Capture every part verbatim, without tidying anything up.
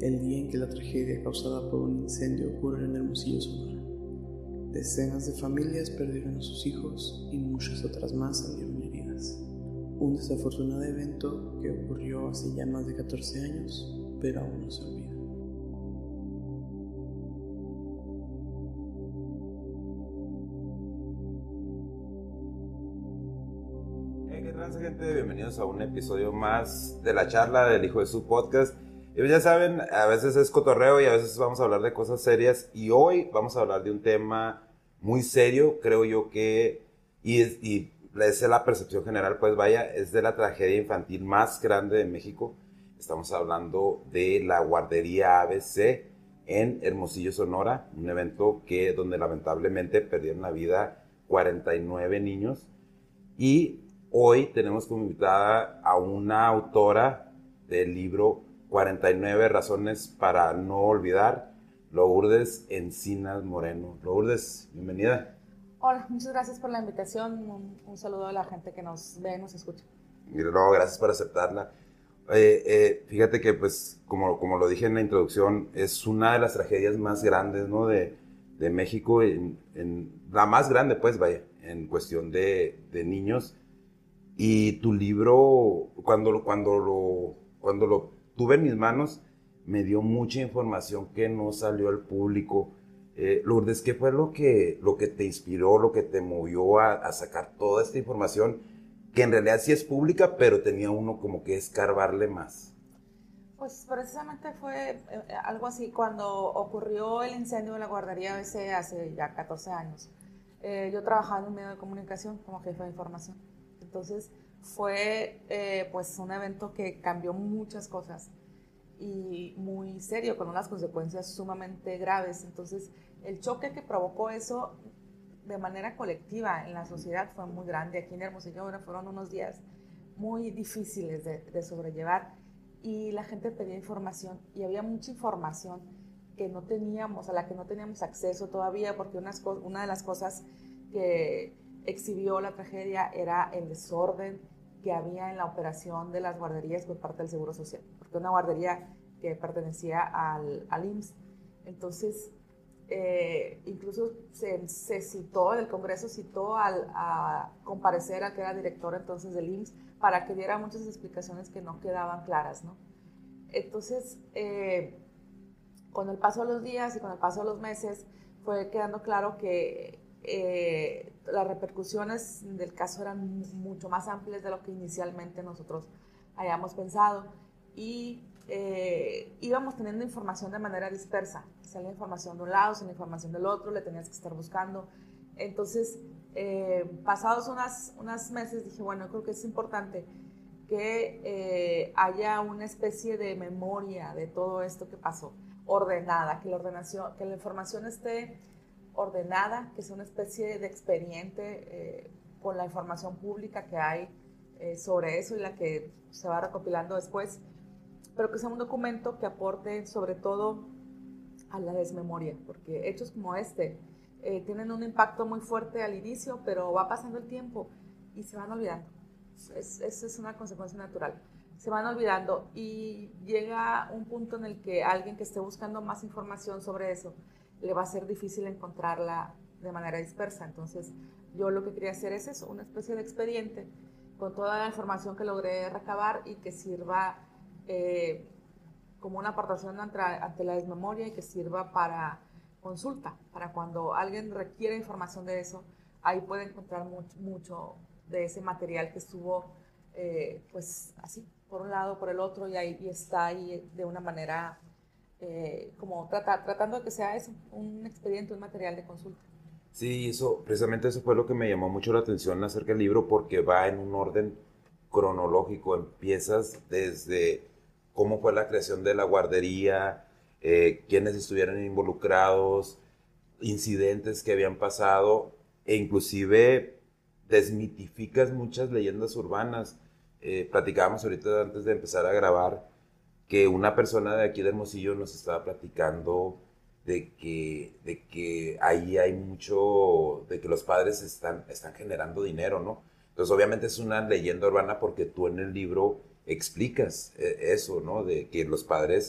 el día en que la tragedia causada por un incendio ocurre en Hermosillo, Sonora. Decenas de familias perdieron a sus hijos y muchas otras más salieron heridas. Un desafortunado evento que ocurrió hace ya más de catorce años, pero aún no se olvida. Hey, ¿qué tal, gente? Bienvenidos a un episodio más de la charla del Hijo de Su Podcast. Y ya saben, a veces es cotorreo y a veces vamos a hablar de cosas serias. Y hoy vamos a hablar de un tema muy serio, creo yo que, y, es, y es la percepción general, pues vaya, es de la tragedia infantil más grande de México. Estamos hablando de la guardería A B C en Hermosillo, Sonora, un evento que, donde lamentablemente perdieron la vida cuarenta y nueve niños. Y hoy tenemos como invitada a una autora del libro cuarenta y nueve razones para no olvidar, Lourdes Encinas Moreno. Lourdes, bienvenida. Hola, muchas gracias por la invitación. Un, un saludo a la gente que nos ve y nos escucha. No, gracias por aceptarla. Eh, eh, fíjate que, pues, como, como lo dije en la introducción, es una de las tragedias más grandes, ¿no? de, de México, en, en, la más grande, pues, vaya, en cuestión de, de niños. Y tu libro, cuando, cuando, lo, cuando lo tuve en mis manos, me dio mucha información que no salió al público. Eh, Lourdes, ¿qué fue lo que, lo que te inspiró, lo que te movió a, a sacar toda esta información que en realidad sí es pública, pero tenía uno como que escarbarle más? Pues precisamente fue eh, algo así cuando ocurrió el incendio de la guardería A B C hace ya catorce años. Eh, yo trabajaba en un medio de comunicación como jefe de información. Entonces fue eh, pues un evento que cambió muchas cosas y muy serio, con unas consecuencias sumamente graves. Entonces el choque que provocó eso de manera colectiva en la sociedad fue muy grande. Aquí en Hermosillo fueron unos días muy difíciles de, de sobrellevar y la gente pedía información y había mucha información que no teníamos, a la que no teníamos acceso todavía, porque unas, una de las cosas que exhibió la tragedia era el desorden que había en la operación de las guarderías por parte del Seguro Social, porque una guardería que pertenecía al, al I M S S. Entonces, eh, incluso se, se citó, el Congreso citó al, a comparecer al que era director entonces del I M S S para que diera muchas explicaciones que no quedaban claras, ¿no? Entonces, eh, con el paso de los días y con el paso de los meses, fue quedando claro que Eh, las repercusiones del caso eran mucho más amplias de lo que inicialmente nosotros habíamos pensado y eh, íbamos teniendo información de manera dispersa. Salía información de un lado, salía información del otro, le tenías que estar buscando. Entonces, eh, pasados unas, unas meses, dije, bueno, creo que es importante que eh, haya una especie de memoria de todo esto que pasó, ordenada, que la, ordenación, que la información esté ordenada, que sea una especie de expediente eh, con la información pública que hay eh, sobre eso y la que se va recopilando después, pero que sea un documento que aporte sobre todo a la desmemoria, porque hechos como este eh, tienen un impacto muy fuerte al inicio, pero va pasando el tiempo y se van olvidando. Es, es, es una consecuencia natural. Se van olvidando y llega un punto en el que alguien que esté buscando más información sobre eso le va a ser difícil encontrarla de manera dispersa. Entonces, yo lo que quería hacer es eso, una especie de expediente con toda la información que logré recabar y que sirva eh, como una aportación ante, ante la desmemoria y que sirva para consulta, para cuando alguien requiere información de eso, ahí puede encontrar mucho, mucho de ese material que estuvo, eh, pues así, por un lado, por el otro, y, ahí, y está ahí de una manera Eh, como trata, tratando de que sea eso, un expediente, un material de consulta. Sí, eso, precisamente eso fue lo que me llamó mucho la atención acerca del libro, porque va en un orden cronológico. Empiezas desde cómo fue la creación de la guardería, eh, quiénes estuvieron involucrados, incidentes que habían pasado, e inclusive desmitificas muchas leyendas urbanas. Eh, platicábamos ahorita antes de empezar a grabar que una persona de aquí de Hermosillo nos estaba platicando de que, de que ahí hay mucho, de que los padres están, están generando dinero, ¿no? Entonces obviamente es una leyenda urbana porque tú en el libro explicas eh, eso, ¿no? De que los padres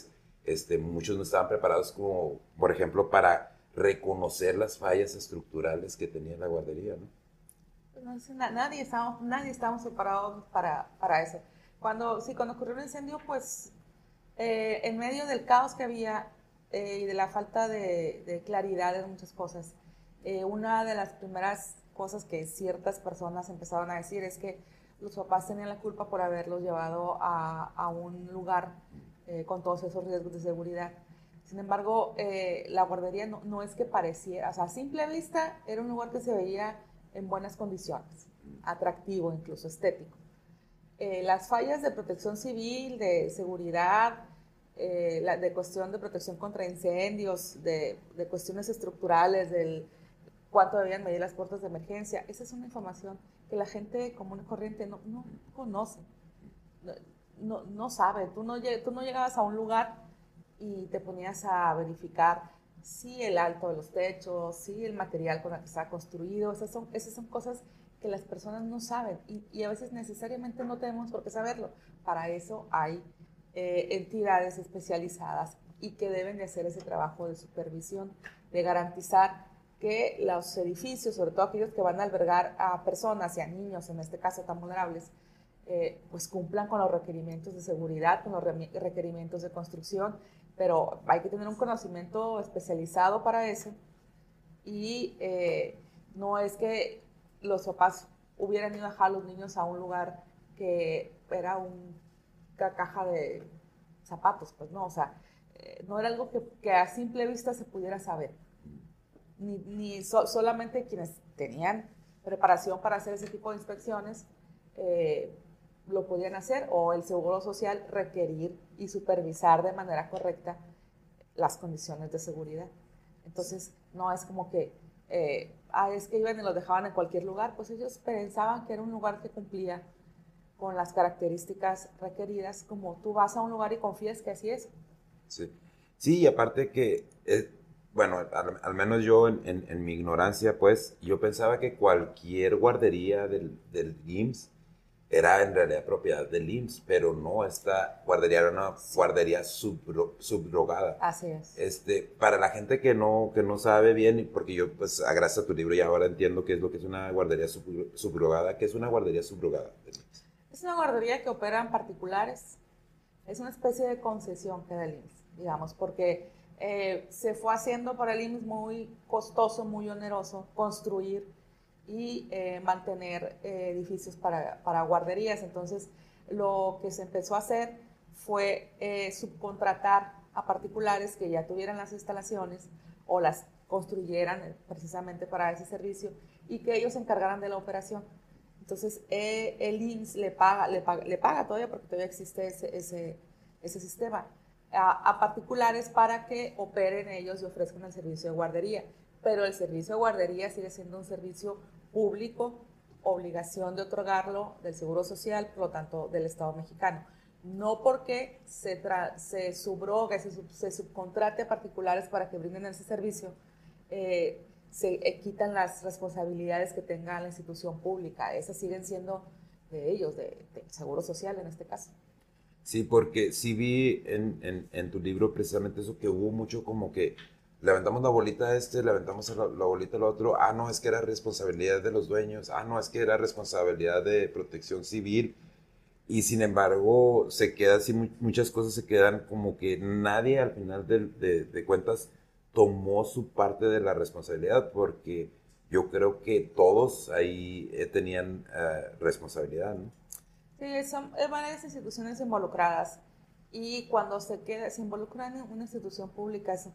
este, muchos no estaban preparados como, por ejemplo, para reconocer las fallas estructurales que tenía la guardería, ¿no? No sé, na- nadie estábamos, nadie estábamos preparados para, para eso. Cuando, sí, cuando ocurrió el incendio, pues eh, en medio del caos que había eh, y de la falta de, de claridad en muchas cosas, eh, una de las primeras cosas que ciertas personas empezaron a decir es que los papás tenían la culpa por haberlos llevado a, a un lugar eh, con todos esos riesgos de seguridad. Sin embargo, eh, la guardería no, no es que pareciera, o sea, a simple vista era un lugar que se veía en buenas condiciones, atractivo, incluso estético. Eh, las fallas de protección civil, de seguridad, eh, la, de cuestión de protección contra incendios, de, de cuestiones estructurales, del cuánto debían medir las puertas de emergencia, esa es una información que la gente común y corriente no, no conoce, no, no, no sabe. Tú no, tú no llegabas a un lugar y te ponías a verificar si el alto de los techos, si el material con el que está construido, esas son, esas son cosas que las personas no saben y, y a veces necesariamente no tenemos por qué saberlo. Para eso hay eh, entidades especializadas y que deben de hacer ese trabajo de supervisión, de garantizar que los edificios, sobre todo aquellos que van a albergar a personas y a niños, en este caso tan vulnerables, eh, pues cumplan con los requerimientos de seguridad, con los re requerimientos de construcción, pero hay que tener un conocimiento especializado para eso y eh, no es que los papás hubieran ido a dejar a los niños a un lugar que era un, una caja de zapatos, pues no, o sea, eh, no era algo que, que a simple vista se pudiera saber, ni, ni so, solamente quienes tenían preparación para hacer ese tipo de inspecciones eh, lo podían hacer, o el Seguro Social requerir y supervisar de manera correcta las condiciones de seguridad. Entonces, no es como que, eh, ah, es que iban y los dejaban en cualquier lugar, pues ellos pensaban que era un lugar que cumplía con las características requeridas, como tú vas a un lugar y confías que así es. Sí, sí, y aparte que, eh, bueno, al, al menos yo en, en, en mi ignorancia, pues, yo pensaba que cualquier guardería del, del I M S S era en realidad propiedad del I M S S, pero no, esta guardería era una guardería subro, subrogada. Así es. Este, para la gente que no, que no sabe bien, porque yo, pues, gracias a tu libro ya ahora entiendo qué es lo que es una guardería sub, subrogada, ¿qué es una guardería subrogada del I M S S? Es una guardería que opera en particulares, es una especie de concesión que da el I M S S, digamos, porque eh, se fue haciendo para el I M S S muy costoso, muy oneroso construir y eh, mantener eh, edificios para, para guarderías. Entonces, lo que se empezó a hacer fue eh, subcontratar a particulares que ya tuvieran las instalaciones o las construyeran precisamente para ese servicio y que ellos se encargaran de la operación. Entonces, eh, el I M S S le paga, le paga, le paga todavía, porque todavía existe ese, ese, ese sistema, a, a particulares para que operen ellos y ofrezcan el servicio de guardería. Pero el servicio de guardería sigue siendo un servicio público, obligación de otorgarlo del Seguro Social, por lo tanto del Estado mexicano. No porque se, se subrogue, se, sub se subcontrate a particulares para que brinden ese servicio, eh, se eh, quitan las responsabilidades que tenga la institución pública. Esas siguen siendo de ellos, del de Seguro Social en este caso. Sí, porque sí vi en, en, en tu libro precisamente eso, que hubo mucho como que levantamos la bolita a este, levantamos la, la bolita al otro, ah, no, es que era responsabilidad de los dueños, ah, no, es que era responsabilidad de Protección Civil, y sin embargo se queda así, muchas cosas se quedan como que nadie al final de, de, de cuentas tomó su parte de la responsabilidad, porque yo creo que todos ahí eh, tenían eh, responsabilidad, ¿no? Sí, son varias instituciones involucradas, y cuando se queda, se involucra en una institución pública, es,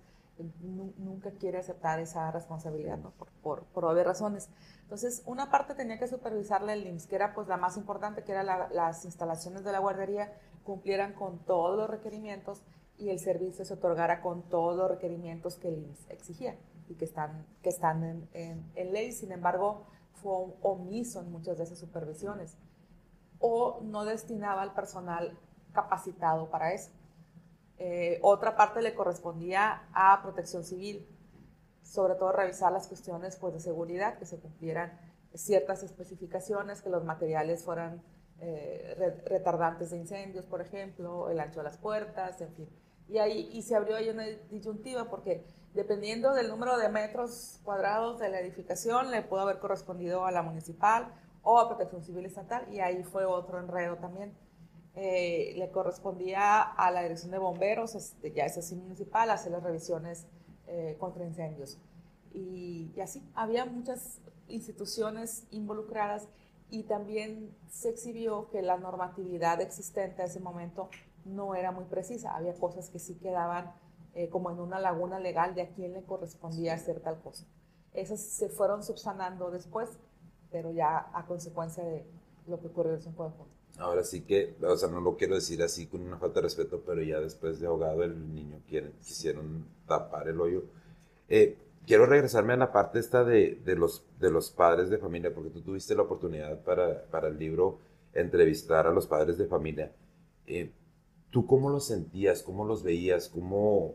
nunca quiere aceptar esa responsabilidad, ¿no? por, por, por obvias razones. Entonces, una parte tenía que supervisarla el I M S S, que era pues la más importante, que era la, las instalaciones de la guardería cumplieran con todos los requerimientos y el servicio se otorgara con todos los requerimientos que el I M S S exigía y que están, que están en, en, en ley. Sin embargo, fue omiso en muchas de esas supervisiones, o no destinaba al personal capacitado para eso. Eh, otra parte le correspondía a Protección Civil, sobre todo revisar las cuestiones pues, de seguridad, que se cumplieran ciertas especificaciones, que los materiales fueran eh, retardantes de incendios, por ejemplo, el ancho de las puertas, en fin, Y ahí y se abrió ahí una disyuntiva porque dependiendo del número de metros cuadrados de la edificación, le pudo haber correspondido a la municipal o a Protección Civil Estatal, y ahí fue otro enredo también. Eh, le correspondía a la Dirección de Bomberos, este, ya es así municipal, hacer las revisiones eh, contra incendios. Y, y así, había muchas instituciones involucradas y también se exhibió que la normatividad existente a ese momento no era muy precisa. Había cosas que sí quedaban eh, como en una laguna legal de a quién le correspondía hacer tal cosa. Esas se fueron subsanando después, pero ya a consecuencia de lo que ocurrió en cinco de junio. Ahora sí que, o sea, no lo quiero decir así con una falta de respeto, pero ya después de ahogado el niño quieren, quisieron tapar el hoyo. Eh, quiero regresarme a la parte esta de, de, los, de los padres de familia, porque tú tuviste la oportunidad para, para el libro entrevistar a los padres de familia. Eh, ¿Tú cómo los sentías? ¿Cómo los veías? ¿Cómo,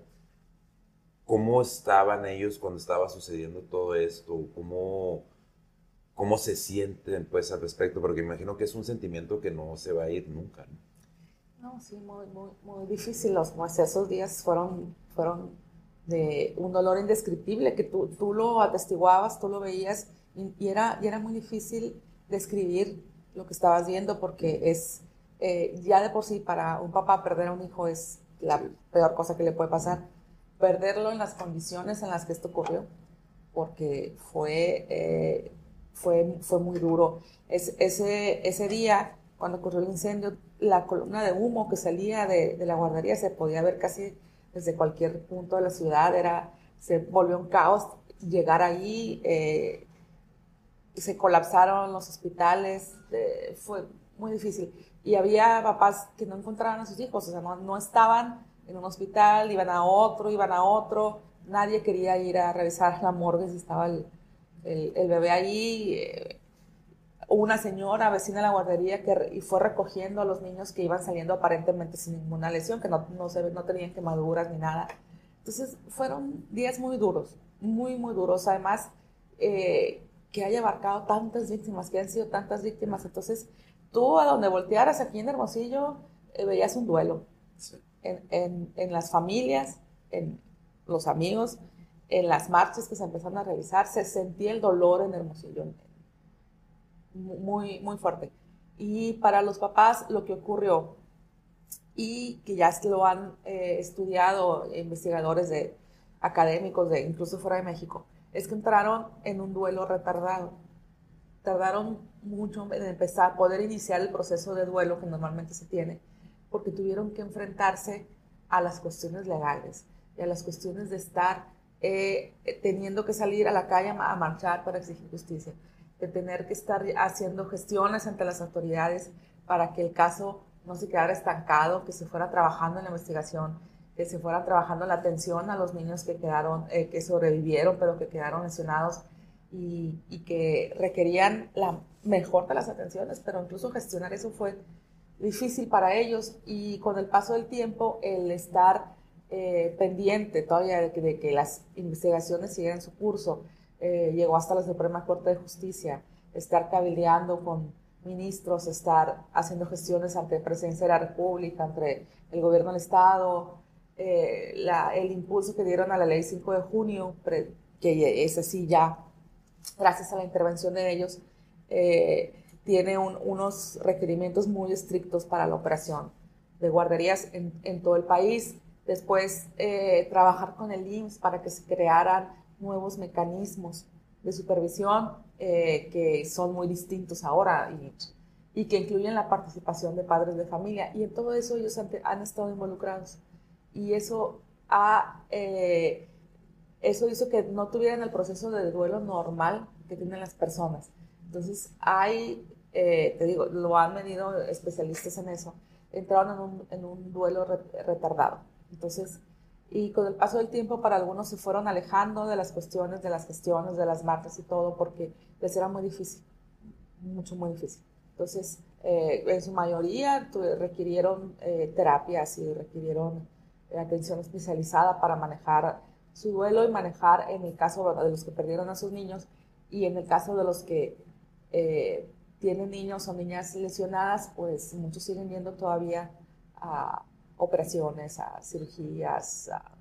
cómo estaban ellos cuando estaba sucediendo todo esto? ¿Cómo, cómo se sienten pues al respecto? Porque imagino que es un sentimiento que no se va a ir nunca, ¿no? No, sí, muy, muy, muy difícil. Los, pues, esos días fueron, fueron de un dolor indescriptible, que tú, tú lo atestiguabas, tú lo veías, y, y, era, y era muy difícil describir lo que estabas viendo, porque es, eh, ya de por sí para un papá perder a un hijo es la sí. peor cosa que le puede pasar. Perderlo en las condiciones en las que esto ocurrió, porque fue, eh, fue, fue muy duro. Es, ese, ese día, cuando ocurrió el incendio, la columna de humo que salía de, de la guardería se podía ver casi desde cualquier punto de la ciudad. Era, se volvió un caos llegar ahí, eh, se colapsaron los hospitales, eh, fue muy difícil. Y había papás que no encontraban a sus hijos, o sea, no, no estaban en un hospital, iban a otro, iban a otro, nadie quería ir a revisar la morgue si estaba el, el, el bebé ahí. Eh, una señora vecina de la guardería que re, y fue recogiendo a los niños que iban saliendo aparentemente sin ninguna lesión, que no, no, se, no tenían quemaduras ni nada. Entonces fueron días muy duros, muy, muy duros. Además, eh, que haya abarcado tantas víctimas, que han sido tantas víctimas. Entonces, tú a donde voltearas aquí en Hermosillo, eh, veías un duelo. Sí. En, en, en las familias, en los amigos, en las marchas que se empezaron a realizar, se sentía el dolor en Hermosillo, muy, muy fuerte. Y para los papás, lo que ocurrió, y que ya lo han eh, estudiado investigadores de, académicos, de, incluso fuera de México, es que entraron en un duelo retardado. Tardaron mucho en empezar, poder iniciar el proceso de duelo que normalmente se tiene, porque tuvieron que enfrentarse a las cuestiones legales y a las cuestiones de estar eh, teniendo que salir a la calle a marchar para exigir justicia, de tener que estar haciendo gestiones ante las autoridades para que el caso no se quedara estancado, que se fuera trabajando en la investigación, que se fuera trabajando en la atención a los niños que quedaron, eh, que sobrevivieron, pero que quedaron lesionados y, y que requerían la mejor de las atenciones, pero incluso gestionar eso fue difícil para ellos. Y con el paso del tiempo, el estar eh, pendiente todavía de que, de que las investigaciones siguieran su curso, eh, llegó hasta la Suprema Corte de Justicia, estar cabildeando con ministros, estar haciendo gestiones ante la Presidencia de la República, ante el Gobierno del Estado, eh, la, el impulso que dieron a la Ley cinco de junio, pre, que es así ya, gracias a la intervención de ellos, eh, tiene un, unos requerimientos muy estrictos para la operación de guarderías en, en todo el país. Después, eh, trabajar con el I M S S para que se crearan nuevos mecanismos de supervisión eh, que son muy distintos ahora y, y que incluyen la participación de padres de familia. Y en todo eso ellos han, han estado involucrados. Y eso, ha, eh, eso hizo que no tuvieran el proceso de duelo normal que tienen las personas. Entonces, hay, eh, te digo, lo han medido especialistas en eso, entraron en un, en un duelo re, retardado. Entonces, y con el paso del tiempo, para algunos se fueron alejando de las cuestiones, de las gestiones, de las marchas y todo, porque les era muy difícil, mucho, muy difícil. Entonces, eh, en su mayoría requirieron eh, terapias y requirieron eh, atención especializada para manejar su duelo y manejar, en el caso de los que perdieron a sus niños y en el caso de los que eh, tienen niños o niñas lesionadas, pues muchos siguen yendo todavía a operaciones, a cirugías, a,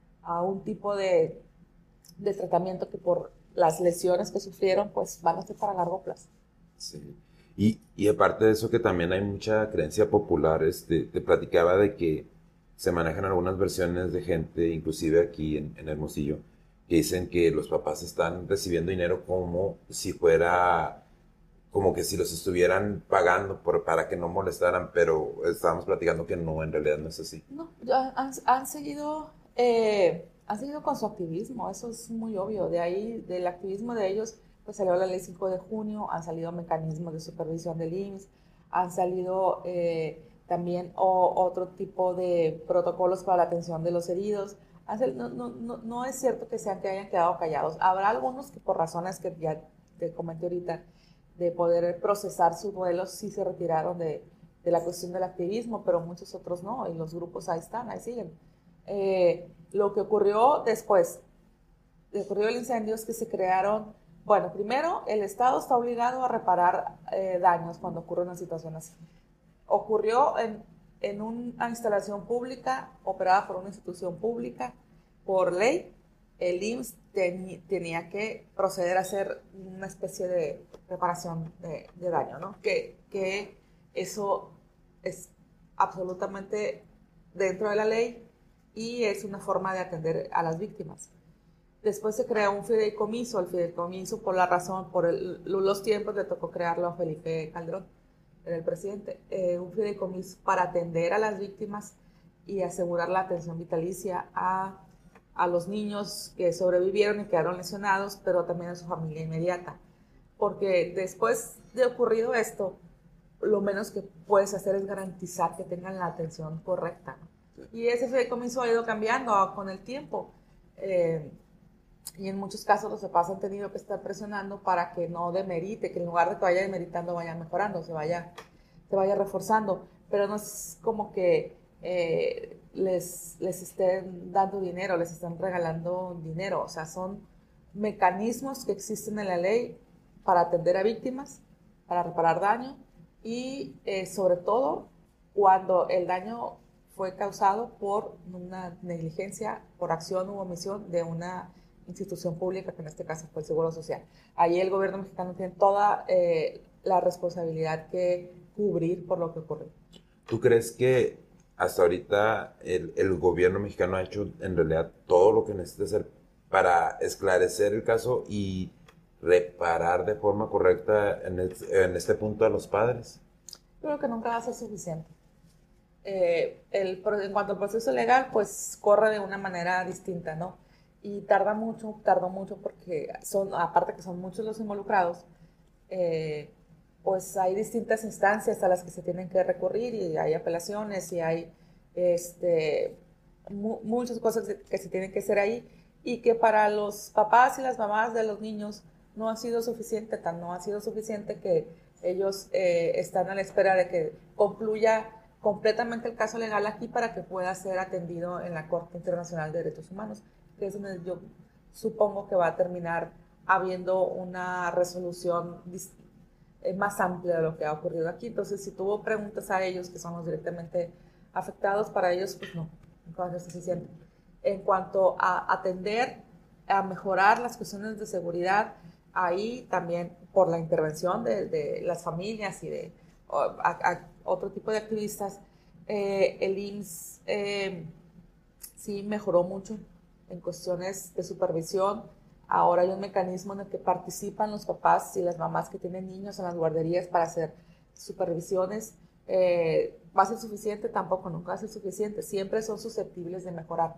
a un tipo de, de tratamiento que por las lesiones que sufrieron, pues van a ser para largo plazo. Sí. Y, y aparte de eso que también hay mucha creencia popular, este, te platicaba de que se manejan algunas versiones de gente, inclusive aquí en, en Hermosillo, que dicen que los papás están recibiendo dinero como si fuera, como que si los estuvieran pagando por, para que no molestaran, pero estábamos platicando que no, en realidad no es así. No, ya han, han seguido, eh, han seguido con su activismo, eso es muy obvio. De ahí, del activismo de ellos, pues salió la ley cinco de junio, han salido mecanismos de supervisión del I M S S, han salido eh, también o, otro tipo de protocolos para la atención de los heridos. No, no, no, no es cierto que sean que hayan quedado callados. Habrá algunos que por razones que ya te comenté ahorita, de poder procesar sus duelos, sí se retiraron de, de la cuestión del activismo, pero muchos otros no, y los grupos ahí están, ahí siguen. Eh, lo que ocurrió después, ocurrió el incendio es que se crearon, bueno, primero el Estado está obligado a reparar eh, daños cuando ocurre una situación así. Ocurrió en, en una instalación pública, operada por una institución pública, por ley, el I M S S ten, tenía que proceder a hacer una especie de reparación de, de daño, ¿no? Que, que eso es absolutamente dentro de la ley y es una forma de atender a las víctimas. Después se creó un fideicomiso, el fideicomiso por la razón, por el, los tiempos le tocó crearlo a Felipe Calderón, era el presidente, eh, un fideicomiso para atender a las víctimas y asegurar la atención vitalicia a, a los niños que sobrevivieron y quedaron lesionados, pero también a su familia inmediata. Porque después de ocurrido esto, lo menos que puedes hacer es garantizar que tengan la atención correcta, ¿no? Y ese fideicomiso ha ido cambiando con el tiempo. Eh, y en muchos casos los papás han tenido que estar presionando para que no demerite, que en lugar de que vaya demeritando vaya mejorando, se vaya, se vaya reforzando. Pero no es como que eh, les, les estén dando dinero, les están regalando dinero. O sea, son mecanismos que existen en la ley para atender a víctimas, para reparar daño y eh, sobre todo cuando el daño fue causado por una negligencia, por acción u omisión de una institución pública, que en este caso fue el Seguro Social. Ahí el gobierno mexicano tiene toda eh, la responsabilidad que cubrir por lo que ocurrió. ¿Tú crees que hasta ahorita el, el gobierno mexicano ha hecho en realidad todo lo que necesita hacer para esclarecer el caso y reparar de forma correcta en, el, en este punto a los padres? Creo que nunca va a ser suficiente. Eh, el, en cuanto al proceso legal, pues corre de una manera distinta, ¿no? Y tarda mucho, tardó mucho porque son, aparte que son muchos los involucrados, eh, pues hay distintas instancias a las que se tienen que recurrir y hay apelaciones y hay este, mu muchas cosas que se tienen que hacer ahí y que para los papás y las mamás de los niños no ha sido suficiente, tan no ha sido suficiente que ellos eh, están a la espera de que concluya completamente el caso legal aquí para que pueda ser atendido en la Corte Internacional de Derechos Humanos, que es donde yo supongo que va a terminar habiendo una resolución más amplia de lo que ha ocurrido aquí. Entonces, si tuvo preguntas a ellos, que son los directamente afectados, para ellos, pues no, no va a ser suficiente. En cuanto a atender, a mejorar las cuestiones de seguridad, ahí también por la intervención de, de las familias y de a, a otro tipo de activistas, eh, el I M S S eh, sí mejoró mucho en cuestiones de supervisión. Ahora hay un mecanismo en el que participan los papás y las mamás que tienen niños en las guarderías para hacer supervisiones. Eh, ¿Va a ser suficiente? Tampoco, nunca va a ser suficiente. Siempre son susceptibles de mejorar.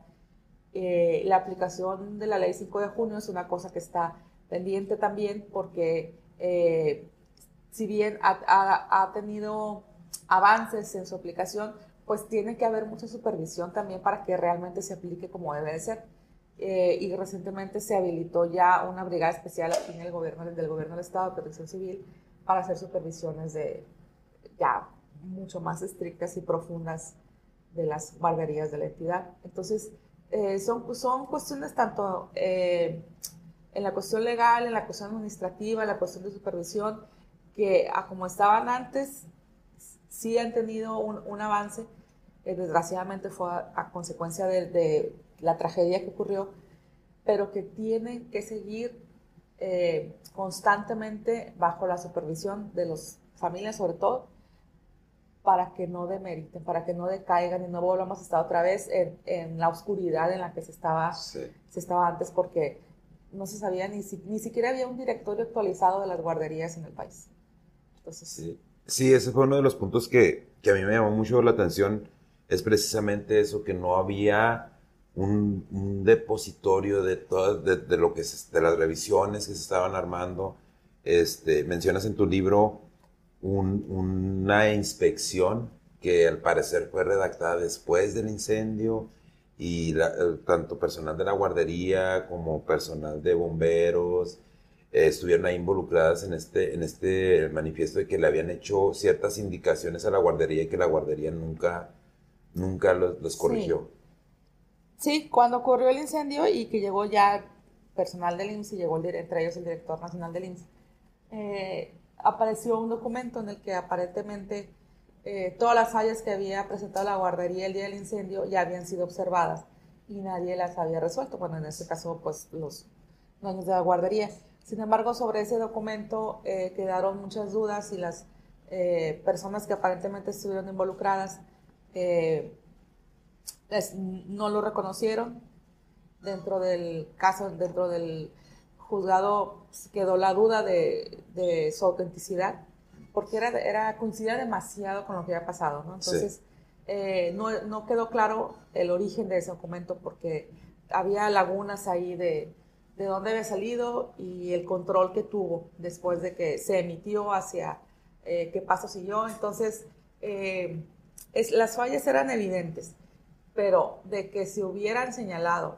Eh, la aplicación de la ley cinco de junio es una cosa que está pendiente también porque eh, si bien ha, ha, ha tenido avances en su aplicación, pues tiene que haber mucha supervisión también para que realmente se aplique como debe de ser. Eh, y recientemente se habilitó ya una brigada especial aquí en el gobierno, del gobierno del Estado de Protección Civil para hacer supervisiones de ya mucho más estrictas y profundas de las guarderías de la entidad. Entonces, eh, son, son cuestiones tanto eh, en la cuestión legal, en la cuestión administrativa, en la cuestión de supervisión, que a como estaban antes, sí han tenido un, un avance, eh, desgraciadamente fue a, a consecuencia de, de la tragedia que ocurrió, pero que tienen que seguir eh, constantemente bajo la supervisión de las familias, sobre todo, para que no demeriten, para que no decaigan y no volvamos a estar otra vez en, en la oscuridad en la que se estaba, Sí. se estaba antes, porque no se sabía, ni, si, ni siquiera había un directorio actualizado de las guarderías en el país. Entonces, Sí, sí, ese fue uno de los puntos que, que a mí me llamó mucho la atención, es precisamente eso, que no había un, un depositorio de todas, de, de lo que se- de las revisiones que se estaban armando. Este, mencionas en tu libro un- una inspección que al parecer fue redactada después del incendio y la- eh, tanto personal de la guardería como personal de bomberos eh, estuvieron ahí involucradas en este, en este manifiesto de que le habían hecho ciertas indicaciones a la guardería y que la guardería nunca, nunca los, los sí, corrigió. sí, cuando ocurrió el incendio y que llegó ya personal del I M S S y llegó el, dire- entre ellos el director nacional del I M S S, eh, apareció un documento en el que aparentemente eh, todas las fallas que había presentado la guardería el día del incendio ya habían sido observadas y nadie las había resuelto. Bueno, en este caso, pues los dueños de la guardería. Sin embargo, sobre ese documento eh, quedaron muchas dudas y las eh, personas que aparentemente estuvieron involucradas eh, les- no lo reconocieron. Dentro del caso, dentro del juzgado quedó la duda de, de su autenticidad, porque era, era, coincidía demasiado con lo que había pasado, ¿no? Sí, Entonces, eh, no, no quedó claro el origen de ese documento porque había lagunas ahí de, de dónde había salido y el control que tuvo después de que se emitió hacia eh, qué paso siguió. Entonces, eh, es, las fallas eran evidentes, pero de que se hubieran señalado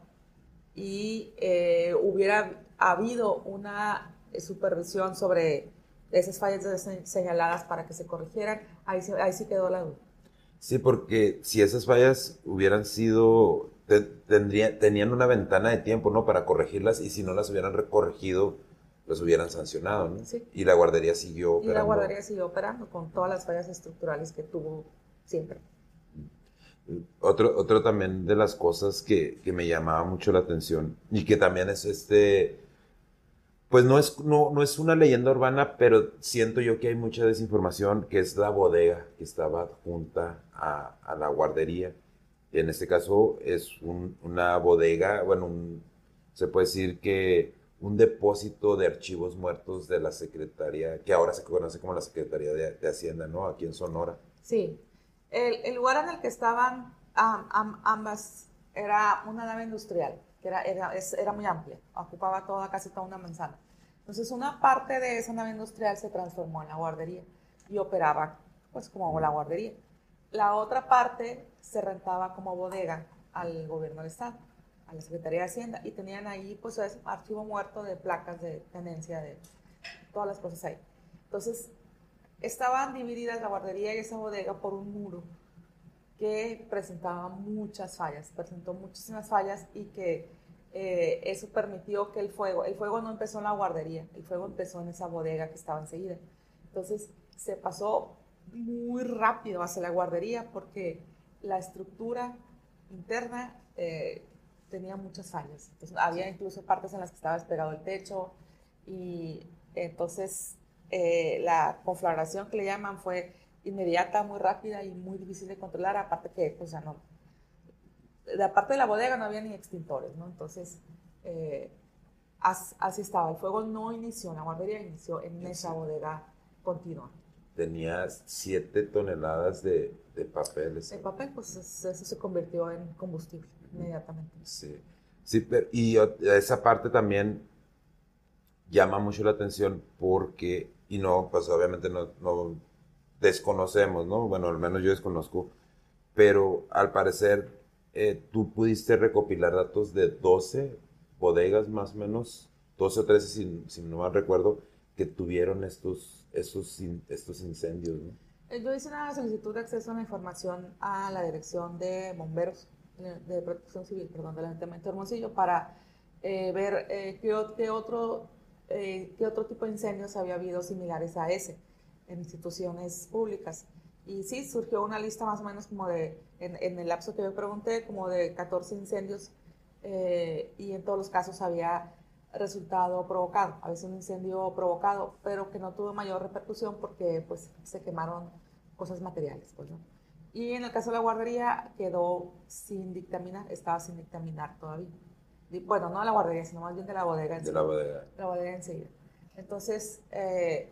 y eh, hubiera habido una supervisión sobre esas fallas señaladas para que se corrigieran, ahí, sí- ahí sí quedó la duda. sí, porque si esas fallas hubieran sido, te- tendría, tenían una ventana de tiempo, ¿no? Para corregirlas y si no las hubieran corregido, los hubieran sancionado, ¿no? Sí. Y la guardería siguió Y la operando. guardería siguió operando con todas las fallas estructurales que tuvo siempre. Otro, otro también de las cosas que, que me llamaba mucho la atención y que también es este, pues no es, no, no es una leyenda urbana, pero siento yo que hay mucha desinformación, que es la bodega que estaba junta a, a la guardería. En este caso es un- una bodega, bueno, un- se puede decir que un depósito de archivos muertos de la Secretaría, que ahora se conoce como la Secretaría de, de Hacienda, ¿no? Aquí en Sonora. Sí, el, el lugar en el que estaban am- am- ambas era una nave industrial, que era, era, es- era muy amplia, ocupaba toda, casi toda una manzana. Entonces, una parte de esa nave industrial se transformó en la guardería y operaba pues como la guardería. La otra parte se rentaba como bodega al gobierno del estado, a la Secretaría de Hacienda, y tenían ahí pues ese archivo muerto de placas de tenencia, de todas las cosas ahí. Entonces, estaban divididas la guardería y esa bodega por un muro que presentaba muchas fallas, presentó muchísimas fallas y que eh, eso permitió que el fuego, el fuego no empezó en la guardería, el fuego empezó en esa bodega que estaba enseguida. Entonces se pasó muy rápido hacia la guardería porque la estructura interna eh, tenía muchas fallas. Entonces, había incluso partes en las que estaba despegado el techo y entonces eh, la conflagración que le llaman fue inmediata, muy rápida y muy difícil de controlar, aparte que pues ya no, de parte de la bodega no había ni extintores, ¿no? Entonces, eh, as, así estaba, el fuego no inició en la guardería, inició en Sí. esa bodega continua. Tenía siete toneladas de, de papeles. El papel, pues es- eso se convirtió en combustible inmediatamente. Sí, sí, pero, y ot- esa parte también llama mucho la atención porque, y no, pues obviamente no, no desconocemos, ¿no? Bueno, al menos yo desconozco, pero al parecer eh, tú pudiste recopilar datos de doce bodegas más o menos, doce o trece si, si no mal recuerdo, que tuvieron estos, estos, in- estos incendios, ¿no? Eh, Yo hice una solicitud de acceso a la información a la Dirección de Bomberos, de de Protección Civil, perdón, del Ayuntamiento de Hermosillo, para eh, ver eh, qué, o- qué otro, eh, qué otro tipo de incendios había habido similares a ese en instituciones públicas. Y sí, surgió una lista más o menos como de, en, en el lapso que yo pregunté, como de catorce incendios, eh, y en todos los casos había resultado provocado, a veces un incendio provocado, pero que no tuvo mayor repercusión porque pues se quemaron cosas materiales, pues, ¿no? Y en el caso de la guardería quedó sin dictaminar, estaba sin dictaminar todavía. Bueno, no de la guardería, sino más bien de la bodega enseguida. De la bodega. La bodega enseguida. Entonces, eh,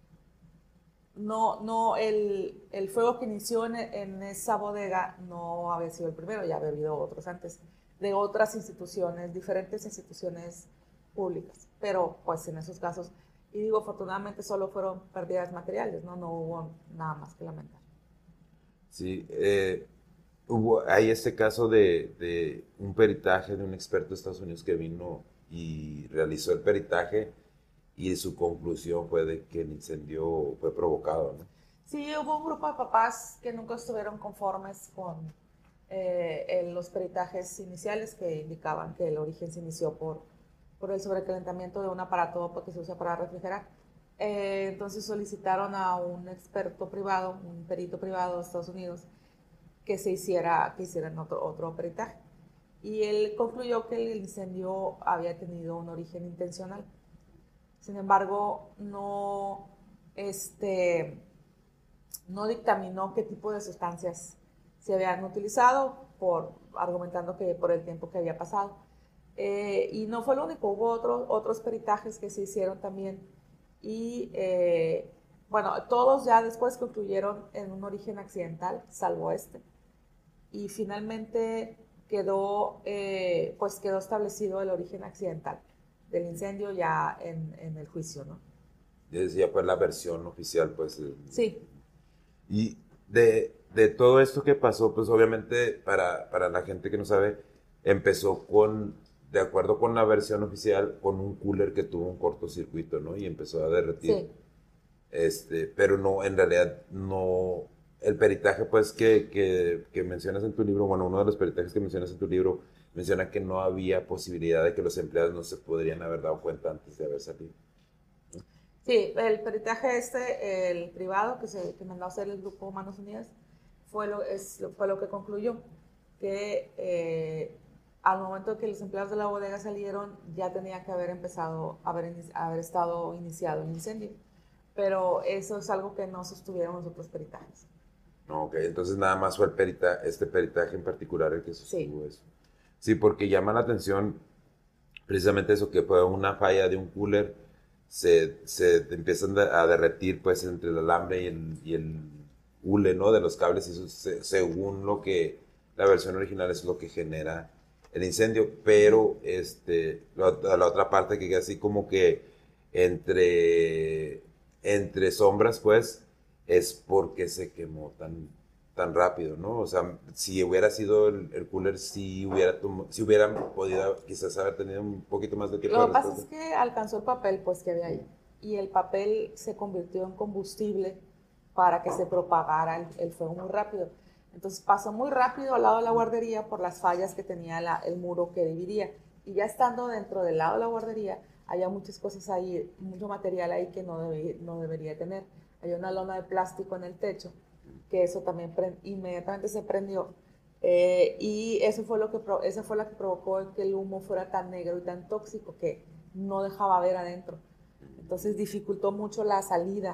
no, no, el, el fuego que inició en, en esa bodega no había sido el primero, ya había habido otros antes, de otras instituciones, diferentes instituciones públicas, pero pues en esos casos, y digo, afortunadamente solo fueron pérdidas materiales, no, no hubo nada más que lamentar. Sí, eh, hubo, hay este caso de, de un peritaje de un experto de Estados Unidos que vino y realizó el peritaje y su conclusión fue de que el incendio fue provocado, ¿no? Sí, hubo un grupo de papás que nunca estuvieron conformes con eh, los peritajes iniciales que indicaban que el origen se inició por, por el sobrecalentamiento de un aparato que se usa para refrigerar. Eh, entonces solicitaron a un experto privado, un perito privado de Estados Unidos, que se hiciera, que hicieran otro, otro peritaje. Y él concluyó que el incendio había tenido un origen intencional. Sin embargo, no, este, no dictaminó qué tipo de sustancias se habían utilizado, por, argumentando que por el tiempo que había pasado. Eh, y no fue lo único, hubo otro, otros peritajes que se hicieron también. Y eh, bueno, todos ya después concluyeron en un origen accidental, salvo este. Y finalmente quedó, eh, pues quedó establecido el origen accidental del incendio ya en, en el juicio, ¿no? Ya decía, pues la versión oficial, pues. Eh, sí. Y de, de todo esto que pasó, pues obviamente para, para la gente que no sabe, empezó con, de acuerdo con la versión oficial, con un cooler que tuvo un cortocircuito, ¿no? Y empezó a derretir. Sí. Este, pero no, en realidad no, el peritaje pues que, que, que mencionas en tu libro, bueno, uno de los peritajes que mencionas en tu libro, menciona que no había posibilidad de que los empleados no se podrían haber dado cuenta antes de haber salido. Sí, el peritaje este, el privado que, se, que mandó a hacer el Grupo Manos Unidas, fue lo, es, fue lo que concluyó, que eh, al momento que los empleados de la bodega salieron, ya tenía que haber empezado, haber, haber estado iniciado el incendio. Pero eso es algo que no sostuvieron los otros peritajes. Ok, entonces nada más fue el perita, este peritaje en particular el que sostuvo sí. eso. Sí, porque llama la atención precisamente eso, que fue una falla de un cooler, se, se empiezan a derretir pues entre el alambre y el, y el hule, ¿no? De los cables, y eso se, según lo que la versión original es lo que genera el incendio, pero este, la, la otra parte que así como que entre, entre sombras pues es porque se quemó tan, tan rápido, ¿no? O sea, si hubiera sido el, el cooler, si hubiera si hubieran podido quizás haber tenido un poquito más de tiempo. Lo que pasa es que alcanzó el papel pues que había ahí, y el papel se convirtió en combustible para que se propagara el, el fuego muy rápido. Entonces pasó muy rápido al lado de la guardería por las fallas que tenía la, el muro que dividía, y ya estando dentro del lado de la guardería había muchas cosas ahí, mucho material ahí que no, debe, no debería tener. Había una lona de plástico en el techo, que eso también prend, inmediatamente se prendió, eh, y eso fue lo que, esa fue la que provocó que el humo fuera tan negro y tan tóxico que no dejaba ver adentro. Entonces dificultó mucho la salida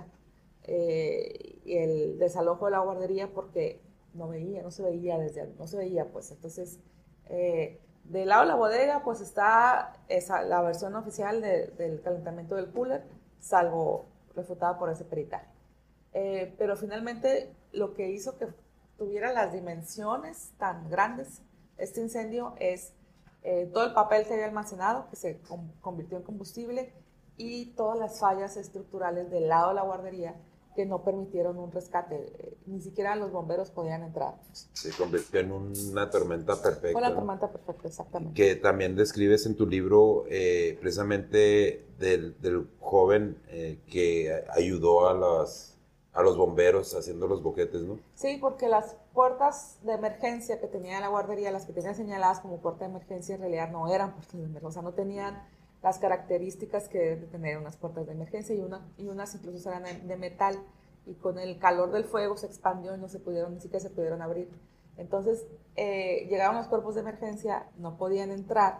eh, y el desalojo de la guardería porque no veía, no se veía desde, no se veía pues. Entonces, eh, del lado de la bodega pues está esa, la versión oficial de, del calentamiento del cooler, salvo refutada por ese peritaje. Eh, pero finalmente lo que hizo que tuviera las dimensiones tan grandes este incendio es eh, todo el papel que había almacenado, que se com- convirtió en combustible, y todas las fallas estructurales del lado de la guardería que no permitieron un rescate. Eh, ni siquiera los bomberos podían entrar. Se convirtió en una tormenta perfecta. Fue la tormenta perfecta, exactamente. Que también describes en tu libro eh, precisamente del, del joven eh, que ayudó a los, a los bomberos haciendo los boquetes, ¿no? Sí, porque las puertas de emergencia que tenía la guardería, las que tenían señaladas como puerta de emergencia, en realidad no eran puertas de emergencia, o sea, no tenían las características que deben tener unas puertas de emergencia, y, una, y unas incluso eran de metal y con el calor del fuego se expandió y no se pudieron, ni siquiera se pudieron abrir. Entonces eh, llegaron los cuerpos de emergencia, no podían entrar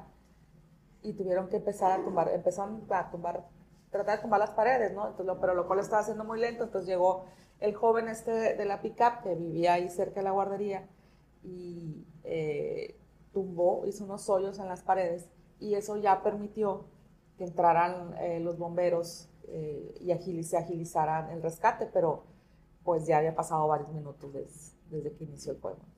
y tuvieron que empezar a tumbar, empezaron a tumbar, tratar de tumbar las paredes, ¿no? Entonces, lo, pero lo cual estaba haciendo muy lento, entonces llegó el joven este de, de la pick-up que vivía ahí cerca de la guardería y eh, tumbó, hizo unos hoyos en las paredes y eso ya permitió que entraran eh, los bomberos eh, y agiliz, se agilizaran el rescate, pero pues ya había pasado varios minutos des, desde que inició el fuego.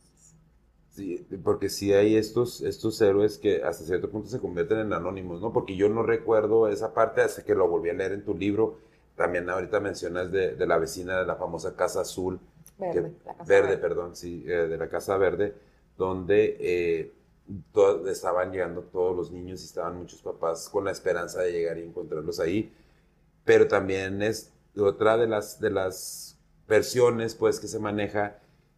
Sí, porque sí hay estos, estos héroes que hasta cierto punto se convierten en anónimos, ¿no? Porque yo no recuerdo esa parte hasta que lo volví a leer en tu libro. También ahorita mencionas de, de la vecina de la famosa Casa Azul. Verde, que, la Casa Verde, Verde. perdón, sí, eh, de la Casa Verde, donde eh, to- estaban llegando todos los niños y estaban muchos papás con la esperanza de llegar y encontrarlos ahí. Pero también es otra de las, de las versiones, pues, que se maneja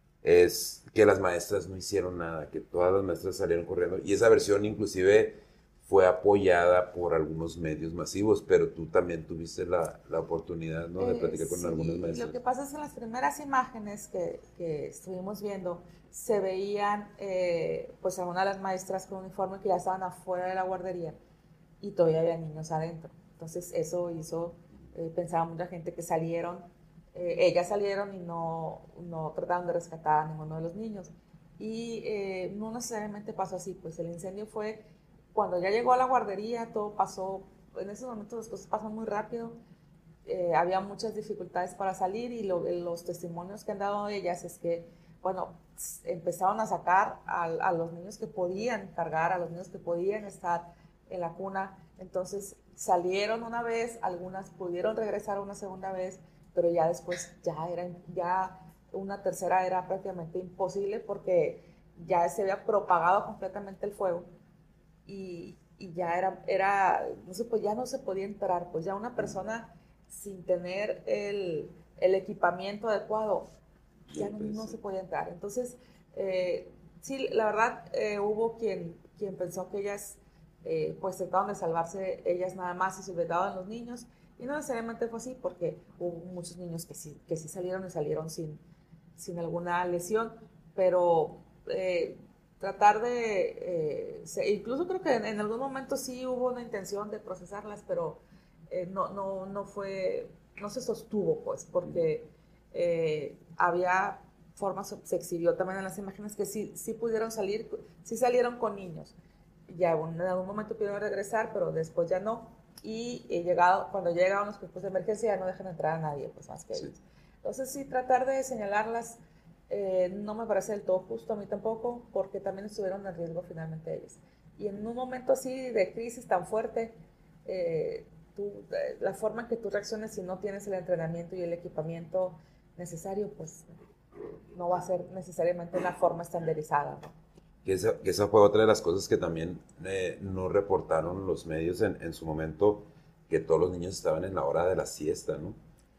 es que las maestras no hicieron nada, que todas las maestras salieron corriendo. Y esa versión inclusive fue apoyada por algunos medios masivos, pero tú también tuviste la, la oportunidad, ¿no?, de Eh, platicar con sí, algunas maestras. lo que pasa es que en las primeras imágenes que, que estuvimos viendo se veían eh, pues algunas de las maestras con uniforme que ya estaban afuera de la guardería y todavía había niños adentro. Entonces eso hizo, eh, pensaba mucha gente que salieron, eh, ellas salieron y no, no trataron de rescatar a ninguno de los niños. Y eh, no necesariamente pasó así, pues el incendio fue cuando ya llegó a la guardería, todo pasó, en esos momentos las cosas pasan muy rápido. Eh, había muchas dificultades para salir y lo, los testimonios que han dado ellas es que, bueno, empezaron a sacar a, a los niños que podían cargar, a los niños que podían estar en la cuna. Entonces salieron una vez, algunas pudieron regresar una segunda vez, pero ya después ya era, ya una tercera era prácticamente imposible porque ya se había propagado completamente el fuego y, y ya era, era no se, ya no se podía entrar, pues ya una persona sin tener el, el equipamiento adecuado ya no, no se podía entrar. Entonces, eh, sí, la verdad, eh, hubo quien, quien pensó que ellas eh, pues trataron de salvarse ellas nada más y se olvidaban los niños, y no necesariamente fue así, porque hubo muchos niños que sí, que sí salieron y salieron sin, sin alguna lesión, pero eh, tratar de, eh, se, incluso creo que en, en algún momento sí hubo una intención de procesarlas, pero eh, no, no, no fue, no se sostuvo, pues, porque eh, había formas, se exhibió también en las imágenes que sí, sí pudieron salir, sí salieron con niños, ya en algún momento pudieron regresar, pero después ya no, y he llegado, cuando llegaban los cuerpos de emergencia ya no dejan entrar a nadie, pues más que ellos. Sí. Entonces sí, tratar de señalarlas eh, no me parece del todo justo, a mí tampoco, porque también estuvieron en riesgo finalmente ellos. Y en un momento así de crisis tan fuerte, eh, tú, eh, la forma en que tú reacciones si no tienes el entrenamiento y el equipamiento necesario, pues no va a ser necesariamente una forma estandarizada, ¿no? Que esa, que esa fue otra de las cosas que también eh, no reportaron los medios en, en su momento, que todos los niños estaban en la hora de la siesta, ¿no?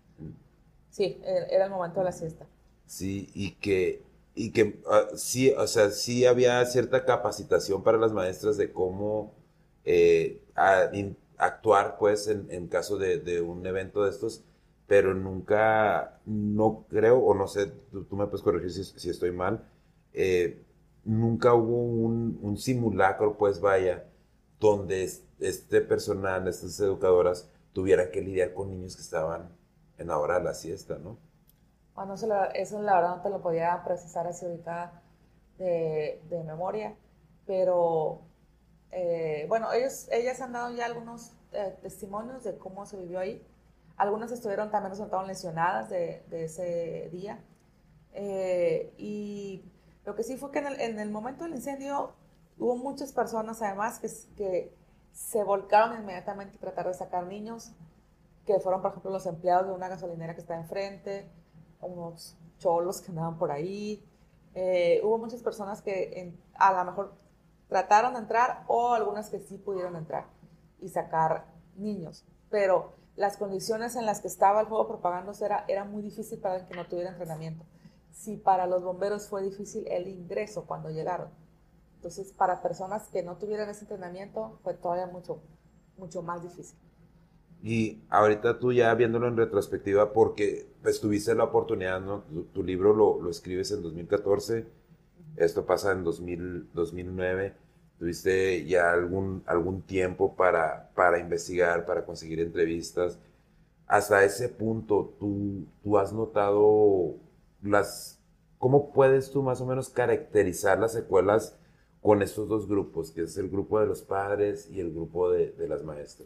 Sí, era el momento de la siesta. Sí, y que, y que uh, sí, o sea, sí había cierta capacitación para las maestras de cómo eh, a, in, actuar, pues, en, en caso de, de un evento de estos, pero nunca, no creo, o no sé, tú, tú me puedes corregir si, si estoy mal, eh, nunca hubo un, un simulacro, pues vaya, donde este personal, estas educadoras, tuvieran que lidiar con niños que estaban en la hora de la siesta, ¿no? Bueno, eso la, eso la verdad no te lo podía precisar así ahorita de, de memoria, pero eh, bueno, ellos, ellas han dado ya algunos eh, testimonios de cómo se vivió ahí. Algunas estuvieron también resultaron lesionadas de, de ese día. Eh, y lo que sí fue que en el, en el momento del incendio hubo muchas personas además que, que se volcaron inmediatamente a tratar de sacar niños, que fueron por ejemplo los empleados de una gasolinera que está enfrente, unos cholos que andaban por ahí. Eh, hubo muchas personas que en, a lo mejor trataron de entrar o algunas que sí pudieron entrar y sacar niños, pero las condiciones en las que estaba el fuego propagándose era, era muy difícil para el que no tuviera entrenamiento. Si para los bomberos fue difícil el ingreso cuando llegaron, entonces para personas que no tuvieran ese entrenamiento fue todavía mucho, mucho más difícil. Y ahorita tú ya viéndolo en retrospectiva, porque pues tuviste la oportunidad, ¿no? Tu, tu libro lo, lo escribes en dos mil catorce, esto pasa en dos mil, dos mil nueve, tuviste ya algún, algún tiempo para, para investigar, para conseguir entrevistas. Hasta ese punto, ¿tú, tú has notado las... ¿Cómo puedes tú más o menos caracterizar las secuelas con estos dos grupos, que es el grupo de los padres y el grupo de, de las maestras?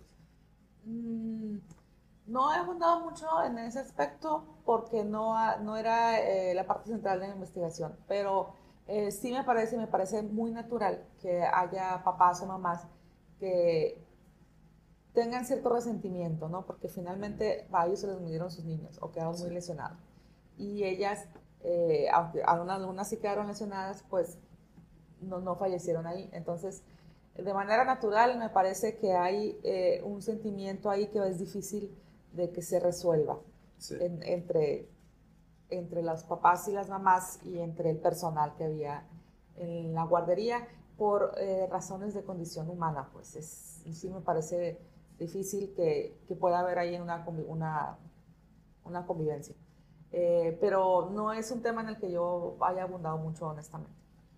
Mm, no he abundado mucho en ese aspecto porque no, ha- no era eh, la parte central de la investigación, pero eh, sí me parece, me parece muy natural que haya papás o mamás que tengan cierto resentimiento, ¿no? Porque finalmente a ellos se les murieron sus niños o quedaron muy lesionados. Y ellas, eh, aunque algunas, algunas sí quedaron lesionadas, pues no, no fallecieron ahí. Entonces, de manera natural me parece que hay eh, un sentimiento ahí que es difícil de que se resuelva Sí. en- entre, entre los papás y las mamás y entre el personal que había en la guardería por eh, razones de condición humana. Pues es, sí me parece difícil que, que pueda haber ahí una, convi- una, una convivencia. Eh, pero no es un tema en el que yo haya abundado mucho, honestamente.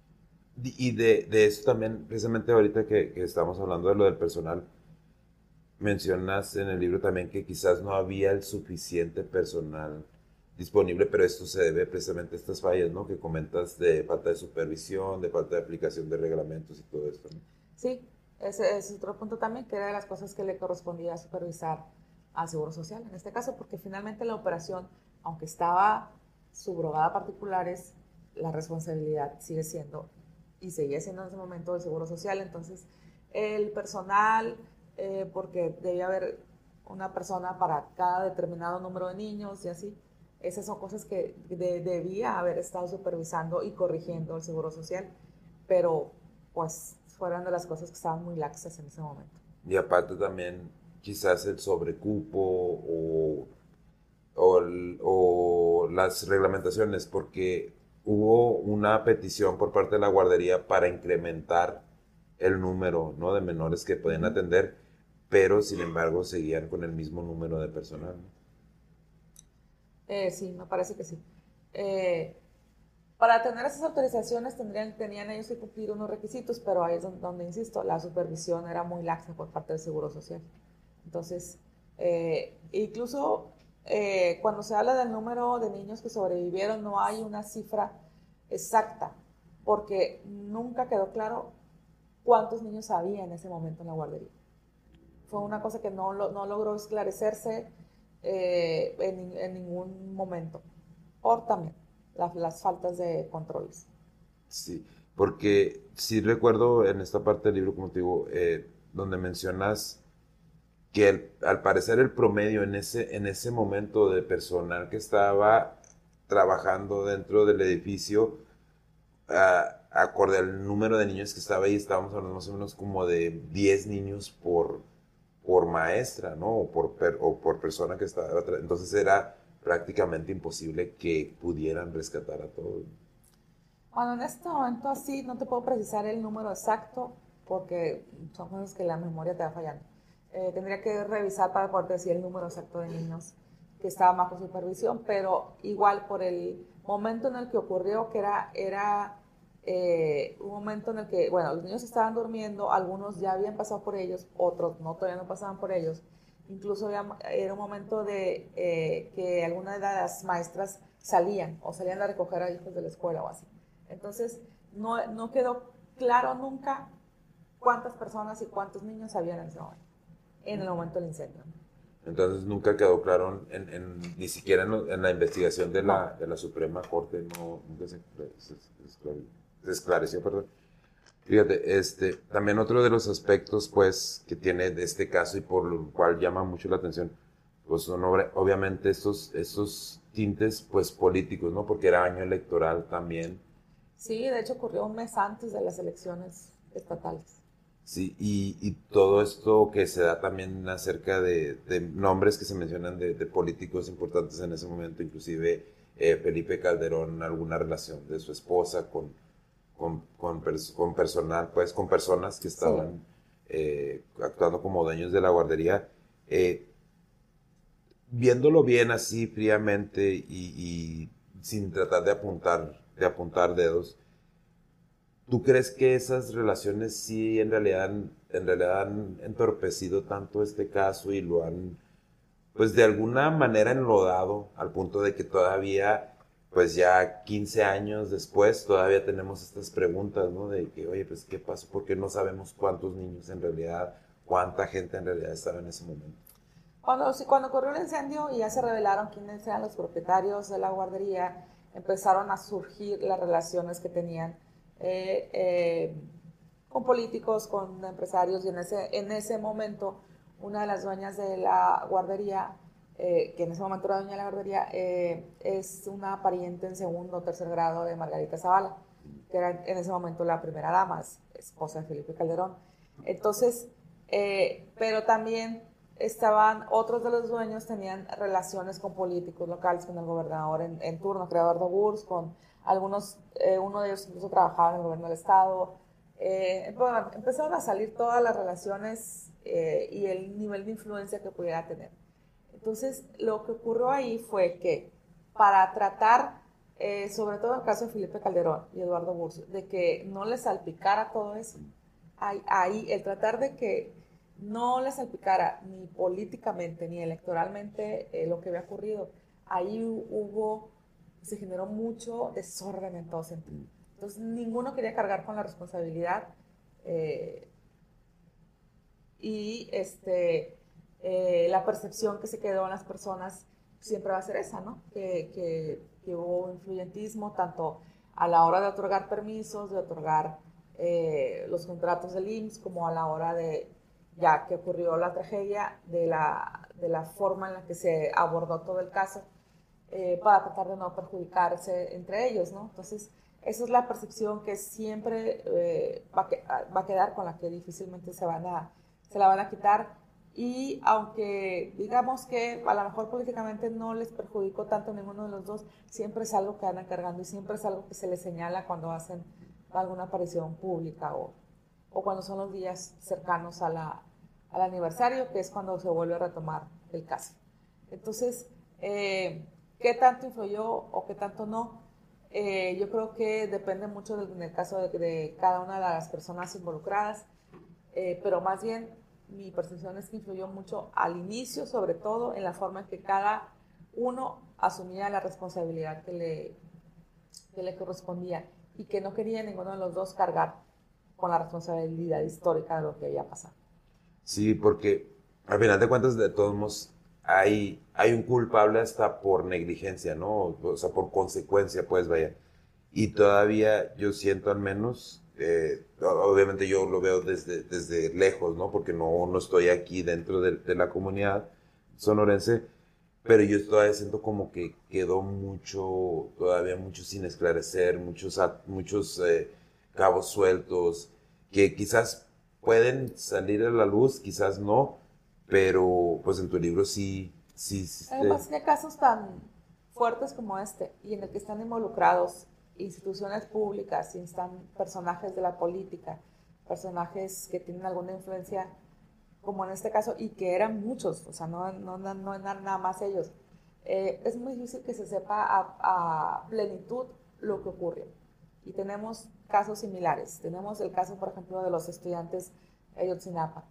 Y de, de eso también, precisamente ahorita que, que estamos hablando de lo del personal, mencionas en el libro también que quizás no había el suficiente personal disponible, pero esto se debe precisamente a estas fallas, ¿no? Que comentas de falta de supervisión, de falta de aplicación de reglamentos y todo esto, ¿no? Sí, ese es otro punto también, que era de las cosas que le correspondía supervisar al Seguro Social, en este caso, porque finalmente la operación, aunque estaba subrogada a particulares, la responsabilidad sigue siendo y seguía siendo en ese momento del Seguro Social. Entonces, el personal, eh, porque debía haber una persona para cada determinado número de niños y así, esas son cosas que de- debía haber estado supervisando y corrigiendo el Seguro Social, pero pues fueron de las cosas que estaban muy laxas en ese momento. Y aparte también quizás el sobrecupo o, o, el- o las reglamentaciones, porque hubo una petición por parte de la guardería para incrementar el número, ¿no? De menores que podían Ujú. atender, pero sin embargo seguían con el mismo número de personal, ¿no? Eh, sí, me parece que sí. Eh, para tener esas autorizaciones tendrían, tenían ellos que cumplir unos requisitos, pero ahí es donde, donde, insisto, la supervisión era muy laxa por parte del Seguro Social. Entonces, eh, incluso eh, cuando se habla del número de niños que sobrevivieron, no hay una cifra exacta, porque nunca quedó claro cuántos niños había en ese momento en la guardería. Fue una cosa que no, lo, no logró esclarecerse eh, en, en ningún momento, por también la- las faltas de controles. Sí, porque sí recuerdo en esta parte del libro, como te digo, eh, donde mencionas que el- al parecer el promedio en ese, en ese momento de personal que estaba trabajando dentro del edificio, ah, acorde al número de niños que estaba ahí, estábamos hablando más o menos como de diez niños por, por maestra, ¿no? O por, per- o por persona que estaba. tra- Entonces era prácticamente imposible que pudieran rescatar a todos. Bueno, en este momento así no te puedo precisar el número exacto porque son cosas que la memoria te va fallando. Eh, tendría que revisar para poder decir el número exacto de niños que estaban bajo supervisión, pero igual por el momento en el que ocurrió, que era, era eh, un momento en el que, bueno, los niños estaban durmiendo, algunos ya habían pasado por ellos, otros no, todavía no pasaban por ellos. Incluso había- era un momento de eh, que algunas de las maestras salían o salían a recoger a hijos de la escuela o así. Entonces, no, no quedó claro nunca cuántas personas y cuántos niños habían en ese momento, en el momento del incendio. Entonces nunca quedó claro, en, en- ni siquiera en, lo- en la investigación de No. la, de la Suprema Corte, no, nunca se, se- se- se esclareció, perdón. Fíjate, este, también otro de los aspectos, pues, que tiene de este caso y por lo cual llama mucho la atención, pues son obra- obviamente estos, estos tintes, pues, políticos, ¿no? Porque era año electoral también. Sí, de hecho ocurrió un mes antes de las elecciones estatales. Sí, y, y todo esto que se da también acerca de, de nombres que se mencionan de, de políticos importantes en ese momento, inclusive eh, Felipe Calderón, alguna relación de su esposa con, con, con, pers- con personal, pues con personas que Sí. estaban eh, actuando como dueños de la guardería. Eh, viéndolo bien así fríamente y, y sin tratar de apuntar, de apuntar dedos, ¿tú crees que esas relaciones sí en realidad, en realidad han entorpecido tanto este caso y lo han, pues de alguna manera enlodado al punto de que todavía, pues ya quince años después, todavía tenemos estas preguntas, ¿no? De que, oye, pues ¿qué pasó? Porque no sabemos cuántos niños en realidad, cuánta gente en realidad estaba en ese momento. Cuando, sí, cuando ocurrió el incendio y ya se revelaron quiénes eran los propietarios de la guardería, empezaron a surgir las relaciones que tenían eh, eh, con políticos, con empresarios, y en ese, en ese momento una de las dueñas de la guardería, eh, que en ese momento era dueña de la guardería, eh, es una pariente en segundo o tercer grado de Margarita Zavala, que era en ese momento la primera dama, esposa de Felipe Calderón. Entonces, eh, pero también estaban, otros de los dueños tenían relaciones con políticos locales, con el gobernador en, en turno, Eduardo Burs, con algunos, eh, uno de ellos incluso trabajaba en el gobierno del estado. Eh, bueno, empezaron a salir todas las relaciones eh, y el nivel de influencia que pudiera tener. Entonces, lo que ocurrió ahí fue que para tratar, eh, sobre todo en el caso de Felipe Calderón y Eduardo Burs, de que no les salpicara todo eso, ahí, ahí el tratar de que no les salpicara ni políticamente ni electoralmente eh, lo que había ocurrido, ahí hubo, se generó mucho desorden en todo sentido. Entonces ninguno quería cargar con la responsabilidad eh, y este, eh, la percepción que se quedó en las personas siempre va a ser esa, ¿no? Que, que, que hubo influyentismo tanto a la hora de otorgar permisos, de otorgar eh, los contratos del I M S S, como a la hora de, ya que ocurrió la tragedia, de la, de la forma en la que se abordó todo el caso, eh, para tratar de no perjudicarse entre ellos, ¿no? Entonces, esa es la percepción que siempre eh, va, a que, va a quedar, con la que difícilmente se, van a, se la van a quitar. Y aunque digamos que a lo mejor políticamente no les perjudicó tanto a ninguno de los dos, siempre es algo que andan cargando y siempre es algo que se les señala cuando hacen alguna aparición pública o, o cuando son los días cercanos a la, al aniversario, que es cuando se vuelve a retomar el caso. Entonces, eh, ¿qué tanto influyó o qué tanto no? Eh, yo creo que depende mucho del, en el caso de, de cada una de las personas involucradas, eh, pero más bien mi percepción es que influyó mucho al inicio, sobre todo en la forma en que cada uno asumía la responsabilidad que le, que le correspondía y que no quería ninguno de los dos cargar con la responsabilidad histórica de lo que había pasado. Sí, porque al final de cuentas, de todos modos, hay, hay un culpable hasta por negligencia, ¿no? O sea, por consecuencia, pues vaya. Y todavía yo siento al menos, eh, obviamente yo lo veo desde, desde lejos, ¿no? Porque no, no estoy aquí dentro de, de la comunidad sonorense, pero yo todavía siento como que quedó mucho, todavía mucho sin esclarecer, muchos, muchos eh, cabos sueltos, que quizás pueden salir a la luz, quizás no, pero pues en tu libro sí, sí, sí Además, que casos tan fuertes como este, y en el que están involucrados instituciones públicas, y están personajes de la política, personajes que tienen alguna influencia, como en este caso, y que eran muchos, o sea, no, no, no, no eran nada más ellos. Eh, es muy difícil que se sepa a, a plenitud lo que ocurrió. Y tenemos casos similares. Tenemos el caso, por ejemplo, de los estudiantes de Ayotzinapa,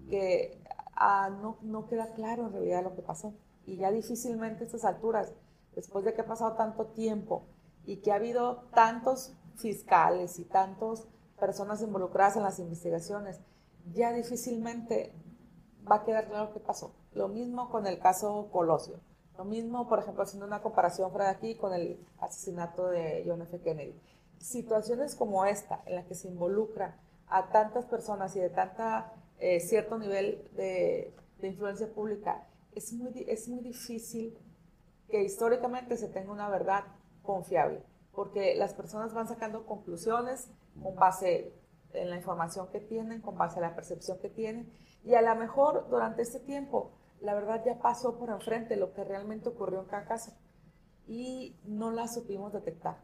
que ah, no, no queda claro en realidad lo que pasó. Y ya difícilmente a estas alturas, después de que ha pasado tanto tiempo y que ha habido tantos fiscales y tantas personas involucradas en las investigaciones, ya difícilmente va a quedar claro qué pasó. Lo mismo con el caso Colosio. Lo mismo, por ejemplo, haciendo una comparación fuera de aquí con el asesinato de John F. Kennedy. Situaciones como esta, en la que se involucra a tantas personas y de tanta eh, cierto nivel de, de influencia pública, es muy, es muy difícil que históricamente se tenga una verdad confiable, porque las personas van sacando conclusiones con base en la información que tienen, con base a la percepción que tienen, y a lo mejor durante este tiempo la verdad ya pasó por enfrente lo que realmente ocurrió en cada caso y no la supimos detectar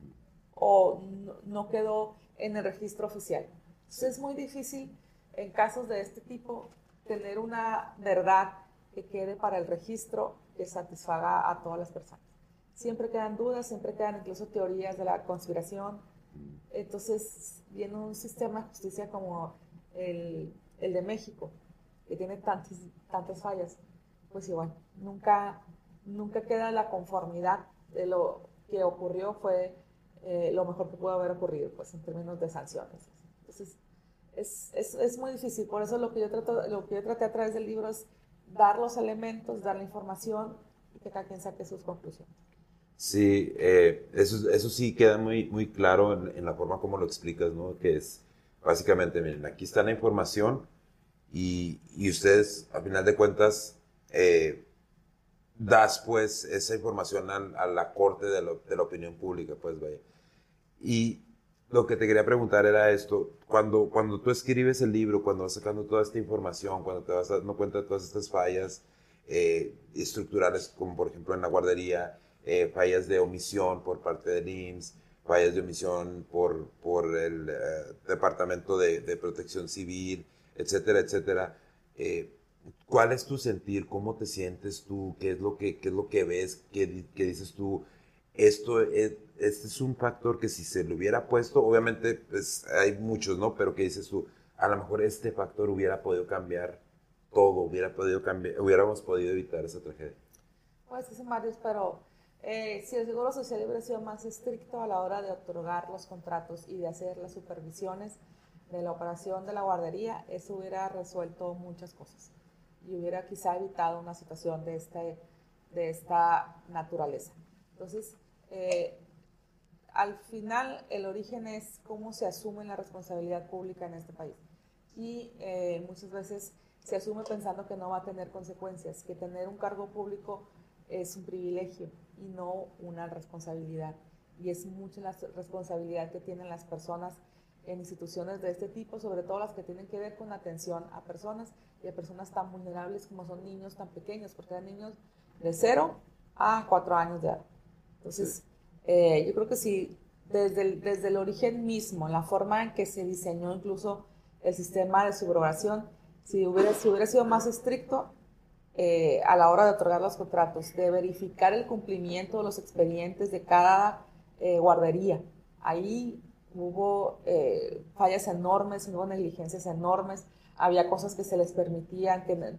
o no, no quedó en el registro oficial. Entonces es muy difícil en casos de este tipo tener una verdad que quede para el registro que satisfaga a todas las personas. Siempre quedan dudas, siempre quedan incluso teorías de la conspiración. Entonces, viene un sistema de justicia como el, el de México, que tiene tantas, tantas fallas, pues igual, nunca, nunca queda la conformidad de lo que ocurrió fue eh, lo mejor que pudo haber ocurrido, pues en términos de sanciones. Entonces, es, es, es muy difícil, por eso lo que, yo trato, lo que yo traté a través del libro es dar los elementos, dar la información y que cada quien saque sus conclusiones. Sí, eh, eso, eso sí queda muy, muy claro en, en la forma como lo explicas, ¿no? Que es básicamente, miren, aquí está la información y, y ustedes, a final de cuentas, eh, das pues esa información a, a la corte de, lo, de la opinión pública, pues vaya. Y lo que te quería preguntar era esto, cuando, cuando tú escribes el libro, cuando vas sacando toda esta información, cuando te vas dando cuenta de todas estas fallas eh, estructurales, como por ejemplo en la guardería, eh, fallas de omisión por parte del I M S S, fallas de omisión por, por el eh, Departamento de, de Protección Civil, etcétera, etcétera, eh, ¿cuál es tu sentir? ¿Cómo te sientes tú? ¿Qué es lo que, qué es lo que ves? ¿Qué, qué dices tú? Esto es, este es un factor que si se le hubiera puesto, obviamente pues hay muchos, ¿no? Pero que dices tú, a lo mejor este factor hubiera podido cambiar todo, hubiera podido cambiar, hubiéramos podido evitar esa tragedia. Pues que son varios, pero eh, si el Seguro Social hubiera sido más estricto a la hora de otorgar los contratos y de hacer las supervisiones de la operación de la guardería, eso hubiera resuelto muchas cosas y hubiera quizá evitado una situación de, este, de esta naturaleza. Entonces, eh, al final, el origen es cómo se asume la responsabilidad pública en este país. Y eh, muchas veces se asume pensando que no va a tener consecuencias, que tener un cargo público es un privilegio y no una responsabilidad. Y es mucha la responsabilidad que tienen las personas en instituciones de este tipo, sobre todo las que tienen que ver con atención a personas y a personas tan vulnerables como son niños tan pequeños, porque hay niños de cero a cuatro años de edad. Entonces, sí. eh, yo creo que sí, desde el, desde el origen mismo, la forma en que se diseñó incluso el sistema de subrogación, si hubiera, si hubiera sido más estricto eh, a la hora de otorgar los contratos, de verificar el cumplimiento de los expedientes de cada eh, guardería, ahí hubo eh, fallas enormes, hubo negligencias enormes, había cosas que se les permitían, que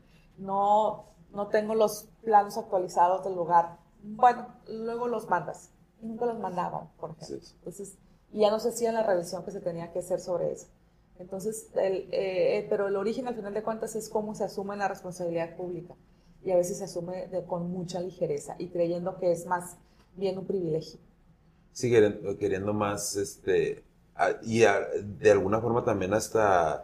no, no tengo los planos actualizados del lugar. Bueno, luego los mandas. Y nunca los mandaban, por ejemplo. Sí. Entonces, y ya no se hacía la revisión que se tenía que hacer sobre eso. Entonces, el, eh, pero el origen, al final de cuentas, es cómo se asume la responsabilidad pública. Y a veces se asume de, con mucha ligereza y creyendo que es más bien un privilegio. Sí, queriendo, queriendo más, este, a, y a, de alguna forma también hasta,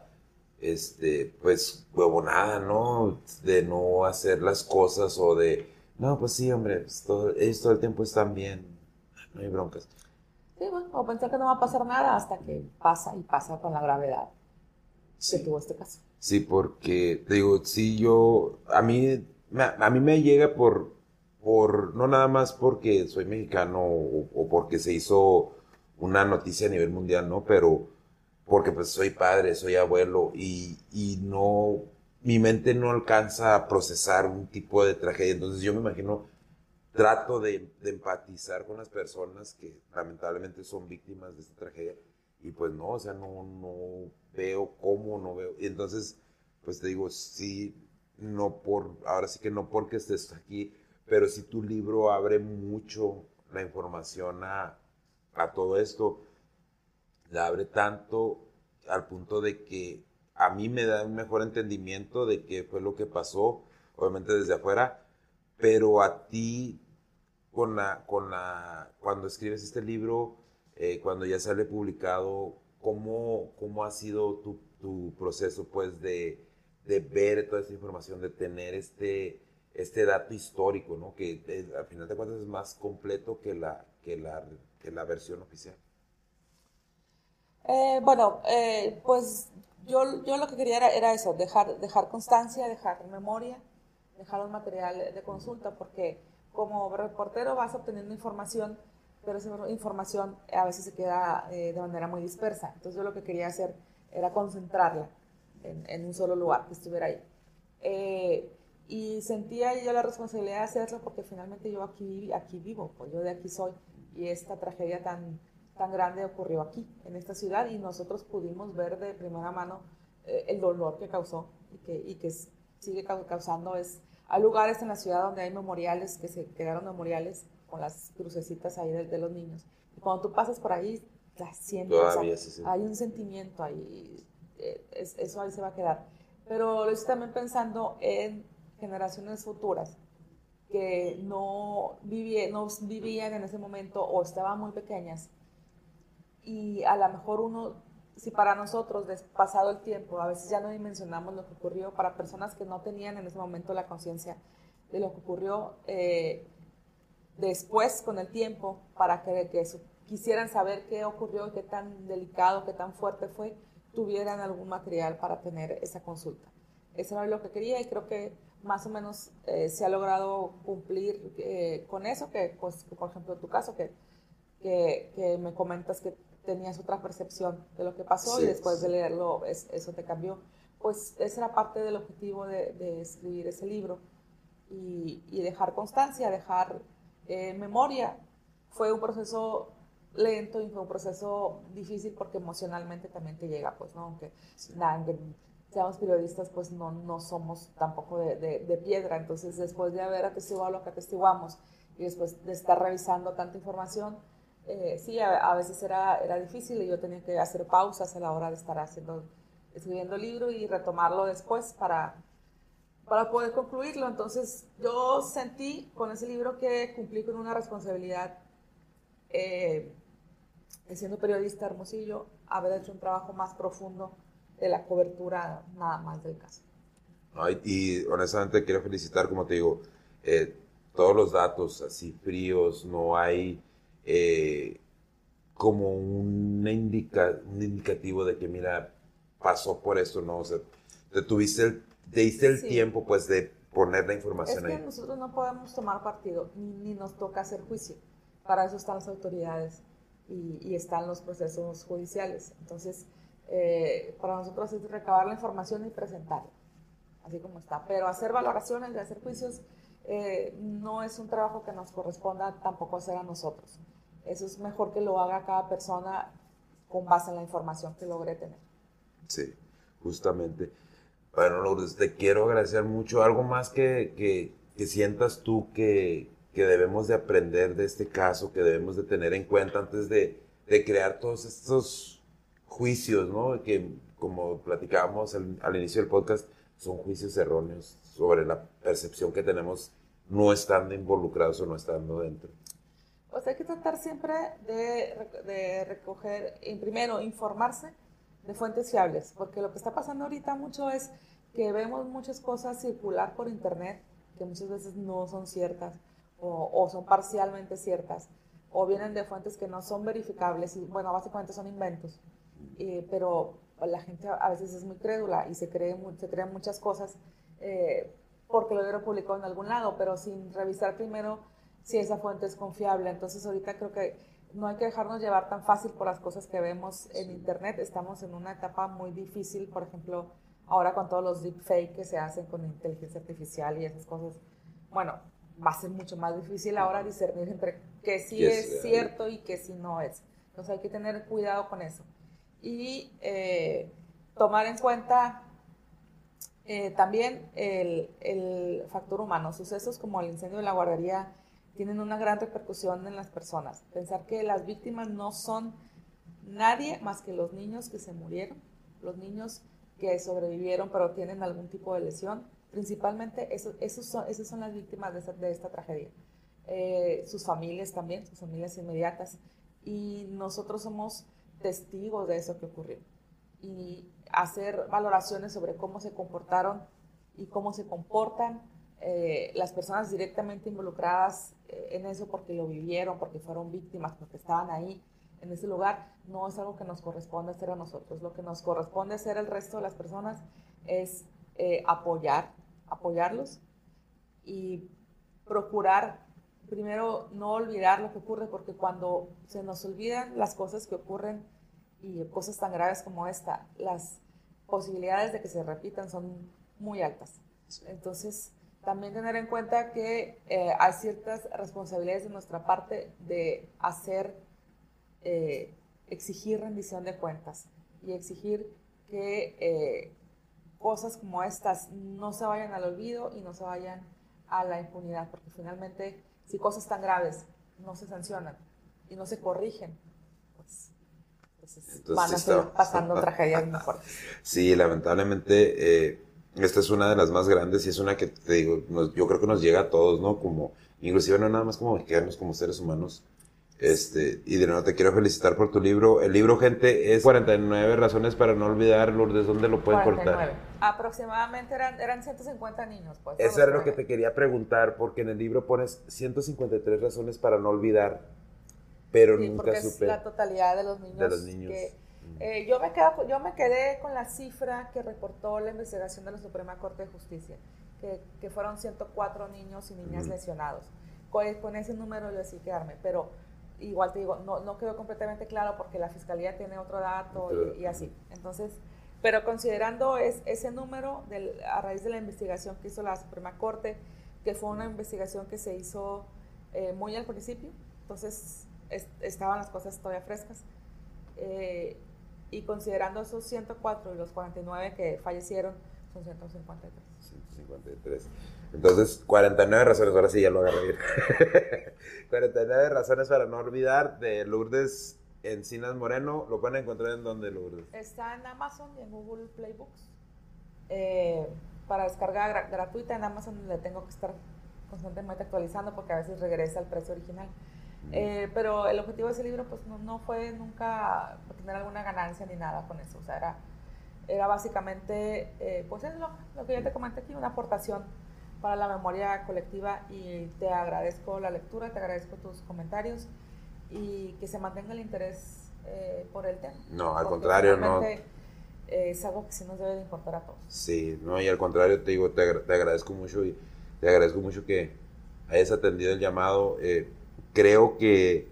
este, pues, huevonada, ¿no? De no hacer las cosas o de... No, pues sí, hombre, pues todo, ellos todo el tiempo están bien, no hay broncas. Sí, bueno, o pensar que no va a pasar nada hasta que pasa y pasa con la gravedad sí. que tuvo este caso. Sí, porque, te digo, sí, yo, a mí, a mí me llega por, por, no nada más porque soy mexicano o, o porque se hizo una noticia a nivel mundial, ¿no? Pero porque pues soy padre, soy abuelo y, y no... mi mente no alcanza a procesar un tipo de tragedia, entonces yo me imagino, trato de, de empatizar con las personas que lamentablemente son víctimas de esta tragedia y pues no, o sea, no, no veo cómo, no veo, y entonces pues te digo, sí, no por, ahora sí que no porque estés aquí, pero sí tu libro abre mucho la información a, a todo esto, la abre tanto al punto de que a mí me da un mejor entendimiento de qué fue lo que pasó, obviamente desde afuera, pero a ti, con la, con la, cuando escribes este libro, eh, cuando ya sale publicado, ¿cómo, cómo ha sido tu, tu proceso pues de, de ver toda esta información, de tener este, este dato histórico, ¿no? Que eh, al final de cuentas es más completo que la, que la, que la versión oficial? Eh, bueno, eh, pues yo, yo lo que quería era, era eso, dejar, dejar constancia, dejar memoria, dejar un material de consulta, porque como reportero vas obteniendo información, pero esa información a veces se queda eh, de manera muy dispersa. Entonces yo lo que quería hacer era concentrarla en, en un solo lugar, que estuviera ahí. Eh, y sentía yo la responsabilidad de hacerlo porque finalmente yo aquí, aquí vivo, pues yo de aquí soy, y esta tragedia tan, tan grande ocurrió aquí, en esta ciudad, y nosotros pudimos ver de primera mano eh, el dolor que causó y que, y que sigue causando. Es, hay lugares en la ciudad donde hay memoriales, que se quedaron memoriales con las crucecitas ahí de, de los niños, y cuando tú pasas por ahí, la sientes, Todavía o sea, sí, sí. hay un sentimiento ahí, eh, es, eso ahí se va a quedar. Pero lo hice también pensando en generaciones futuras que no, viví, no vivían en ese momento o estaban muy pequeñas, y a lo mejor uno, si para nosotros, pasado el tiempo, a veces ya no dimensionamos lo que ocurrió, para personas que no tenían en ese momento la conciencia de lo que ocurrió, eh, después con el tiempo, para que, que eso, quisieran saber qué ocurrió, qué tan delicado, qué tan fuerte fue, tuvieran algún material para tener esa consulta. Eso era lo que quería, y creo que más o menos eh, se ha logrado cumplir eh, con eso, que pues, por ejemplo en tu caso, que, que, que me comentas que tenías otra percepción de lo que pasó, sí, y después de leerlo es, eso te cambió. Pues esa era parte del objetivo de, de escribir ese libro, y, y dejar constancia, dejar eh, memoria. Fue un proceso lento y fue un proceso difícil porque emocionalmente también te llega, pues, ¿no? Aunque, sí, nada, aunque seamos periodistas, pues no, no somos tampoco de, de, de piedra. Entonces, después de haber atestiguado lo que atestiguamos y después de estar revisando tanta información, eh, sí, a, a veces era, era difícil, y yo tenía que hacer pausas a la hora de estar haciendo, escribiendo el libro y retomarlo después para, para poder concluirlo. Entonces, yo sentí con ese libro que cumplí con una responsabilidad, eh, siendo periodista Hermosillo, haber hecho un trabajo más profundo de la cobertura nada más del caso. Ay, y honestamente quiero felicitar, como te digo, eh, todos los datos así fríos, no hay eh, como una indica, un indicativo de que, mira, pasó por esto, ¿no? O sea, te tuviste el, te diste el sí. tiempo, pues, de poner la información ahí. Es que ahí. Nosotros no podemos tomar partido, ni, ni nos toca hacer juicio. Para eso están las autoridades y, y están los procesos judiciales. Entonces, eh, para nosotros es recabar la información y presentarla, así como está. Pero hacer valoraciones y hacer juicios eh, no es un trabajo que nos corresponda tampoco hacer a nosotros. Eso es mejor que lo haga cada persona con base en la información que logre tener. Sí, justamente. Bueno, Lourdes, te quiero agradecer mucho. ¿Algo más que, que, que sientas tú que, que debemos de aprender de este caso, que debemos de tener en cuenta antes de, de crear todos estos juicios, ¿no? Que, como platicábamos al, al inicio del podcast, son juicios erróneos sobre la percepción que tenemos no estando involucrados o no estando dentro? Pues hay que tratar siempre de, de recoger, en primero, informarse de fuentes fiables, porque lo que está pasando ahorita mucho es que vemos muchas cosas circular por internet que muchas veces no son ciertas o, o son parcialmente ciertas, o vienen de fuentes que no son verificables y, bueno, básicamente son inventos. Eh, pero la gente a veces es muy crédula y se cree, se creen muchas cosas eh, porque lo vieron publicado en algún lado, pero sin revisar primero si esa fuente es confiable. Entonces ahorita creo que no hay que dejarnos llevar tan fácil por las cosas que vemos en internet. Estamos en una etapa muy difícil, por ejemplo, ahora con todos los deepfakes que se hacen con inteligencia artificial y esas cosas. Bueno, va a ser mucho más difícil ahora discernir entre que sí es, es cierto y que sí no es. Entonces hay que tener cuidado con eso. Y eh, tomar en cuenta eh, también el, el factor humano. Sucesos como el incendio de la guardería tienen una gran repercusión en las personas. Pensar que las víctimas no son nadie más que los niños que se murieron, los niños que sobrevivieron pero tienen algún tipo de lesión. Principalmente eso, esos, son, esas son las víctimas de esta, de esta tragedia. Eh, sus familias también, sus familias inmediatas. Y nosotros somos testigos de eso que ocurrió, y hacer valoraciones sobre cómo se comportaron y cómo se comportan eh, las personas directamente involucradas eh, en eso, porque lo vivieron, porque fueron víctimas, porque estaban ahí en ese lugar, no es algo que nos corresponde hacer a nosotros. Lo que nos corresponde hacer al resto de las personas es eh, apoyar, apoyarlos y procurar primero no olvidar lo que ocurre, porque cuando se nos olvidan las cosas que ocurren y cosas tan graves como esta, las posibilidades de que se repitan son muy altas. Entonces, también tener en cuenta que eh, hay ciertas responsabilidades de nuestra parte de hacer, eh, exigir rendición de cuentas y exigir que eh, cosas como estas no se vayan al olvido y no se vayan a la impunidad, porque finalmente si cosas tan graves no se sancionan y no se corrigen, pues, pues Entonces, van a sí seguir está. pasando tragedias muy fuertes. Sí, lamentablemente eh, esta es una de las más grandes y es una que te digo, nos, yo creo que nos llega a todos, ¿no? Como, inclusive no nada más como mexicanos, como seres humanos. Este, y de nuevo te quiero felicitar por tu libro. El libro, gente, es cuarenta y nueve razones para no olvidar. Lourdes, ¿dónde lo pueden cuarenta y nueve. cortar? Aproximadamente eran, eran ciento cincuenta niños. Pues, Eso era lo que te quería preguntar, porque en el libro pones ciento cincuenta y tres razones para no olvidar, pero sí, nunca porque supe es la totalidad de los niños. de los niños. Que, eh, yo, me quedo, yo me quedé con la cifra que reportó la investigación de la Suprema Corte de Justicia, que, que fueron ciento cuatro niños y niñas Ujú. lesionados. Con, con ese número yo decidí quedarme, pero igual te digo, no, no quedó completamente claro porque la Fiscalía tiene otro dato y, y así. Entonces, pero considerando es, ese número del, a raíz de la investigación que hizo la Suprema Corte, que fue una investigación que se hizo eh, muy al principio, entonces es, estaban las cosas todavía frescas, eh, y considerando esos ciento cuatro y los cuarenta y nueve que fallecieron, son ciento cincuenta y tres. ciento cincuenta y tres. Entonces, cuarenta y nueve razones, ahora sí ya lo agarré bien. cuarenta y nueve razones para no olvidar, de Lourdes Encinas Moreno. ¿Lo pueden encontrar en dónde, Lourdes? Está en Amazon y en Google Play Books. Eh, para descarga gra- gratuita en Amazon le tengo que estar constantemente actualizando porque a veces regresa al precio original. Eh, pero el objetivo de ese libro pues no, no fue nunca tener alguna ganancia ni nada con eso. O sea, era, era básicamente, eh, pues es lo, lo que ya te comenté aquí, una aportación para la memoria colectiva, y te agradezco la lectura, te agradezco tus comentarios y que se mantenga el interés eh, por el tema. No, al Porque contrario, no. realmente, eh, es algo que sí nos debe de importar a todos. Sí, no, y al contrario, te digo, te, agra- te agradezco mucho y te agradezco mucho que hayas atendido el llamado. Eh, creo que,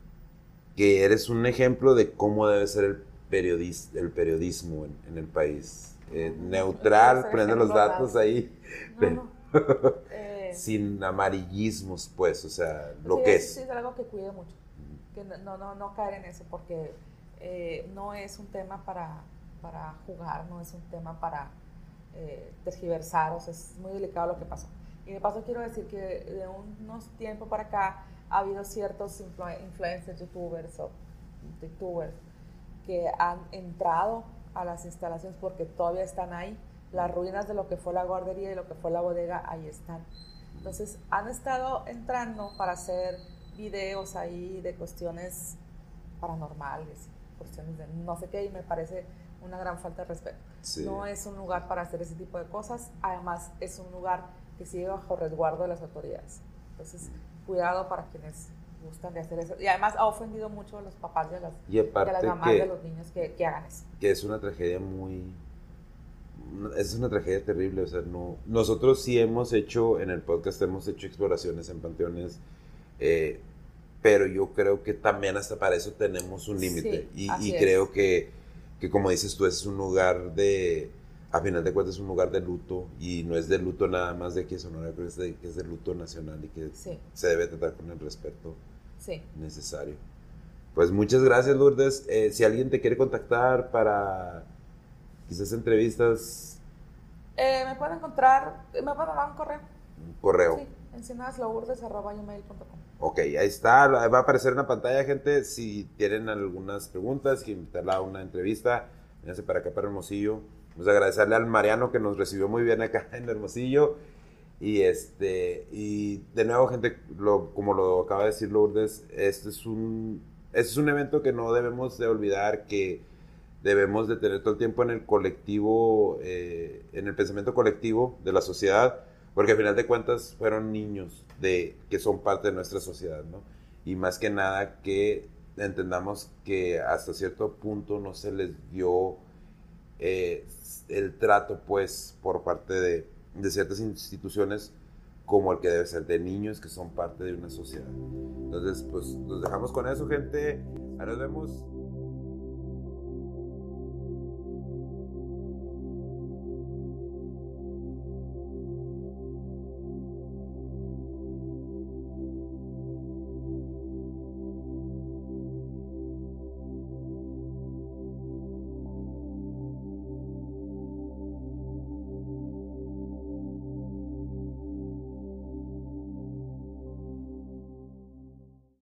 que eres un ejemplo de cómo debe ser el, periodis, el periodismo en, en el país. Eh, No, neutral, no, prende los ejemplo, datos nada. ahí, No, pero no. Eh, sin amarillismos, pues, o sea, lo sí, que es, es. sí, es algo que cuide mucho, que no, no, no caer en eso, porque eh, no es un tema para, para jugar, no es un tema para eh, tergiversar, o sea, es muy delicado lo que pasó. Y de paso quiero decir que de unos tiempos para acá ha habido ciertos influ- influencers, youtubers o tiktokers que han entrado a las instalaciones porque todavía están ahí. Las ruinas de lo que fue la guardería y lo que fue la bodega, ahí están. Entonces han estado entrando para hacer videos ahí de cuestiones paranormales, cuestiones de no sé qué, y me parece una gran falta de respeto. Sí. No es un lugar para hacer ese tipo de cosas, además es un lugar que sigue bajo resguardo de las autoridades. Entonces, cuidado para quienes gustan de hacer eso. Y además ha ofendido mucho a los papás y a las, Y aparte y a las mamás que- de los niños que, que hagan eso. que es una tragedia muy, es una tragedia terrible, o sea, no, nosotros sí hemos hecho, en el podcast hemos hecho exploraciones en panteones, eh, pero yo creo que también hasta para eso tenemos un límite, Sí, y, así y es. creo que, que como dices tú, es un lugar de, a final de cuentas es un lugar de luto, y no es de luto nada más de aquí en Sonora, creo que es de, que es de luto nacional y que Sí. se debe tratar con el respeto Sí. necesario. Pues muchas gracias, Lourdes. Eh, si alguien te quiere contactar para quizás entrevistas, Eh, me pueden encontrar, me pueden mandar un correo. un correo. Sí, encinadaslourdes arroba gmail punto com. Ok, ahí está, va a aparecer en la pantalla, gente. Si tienen algunas preguntas, que invitarla a una entrevista, vénganse para acá, para Hermosillo. Vamos a agradecerle al Mariano que nos recibió muy bien acá en Hermosillo. Y este y de nuevo, gente, lo, como lo acaba de decir Lourdes, este es un, este es un evento que no debemos de olvidar, que debemos de tener todo el tiempo en el colectivo, eh, en el pensamiento colectivo de la sociedad, porque al final de cuentas fueron niños de, que son parte de nuestra sociedad, ¿no? Y más que nada que entendamos que hasta cierto punto no se les dio eh, el trato, pues, por parte de, de ciertas instituciones como el que debe ser, de niños que son parte de una sociedad. Entonces, pues, nos dejamos con eso, gente. Ahora nos vemos.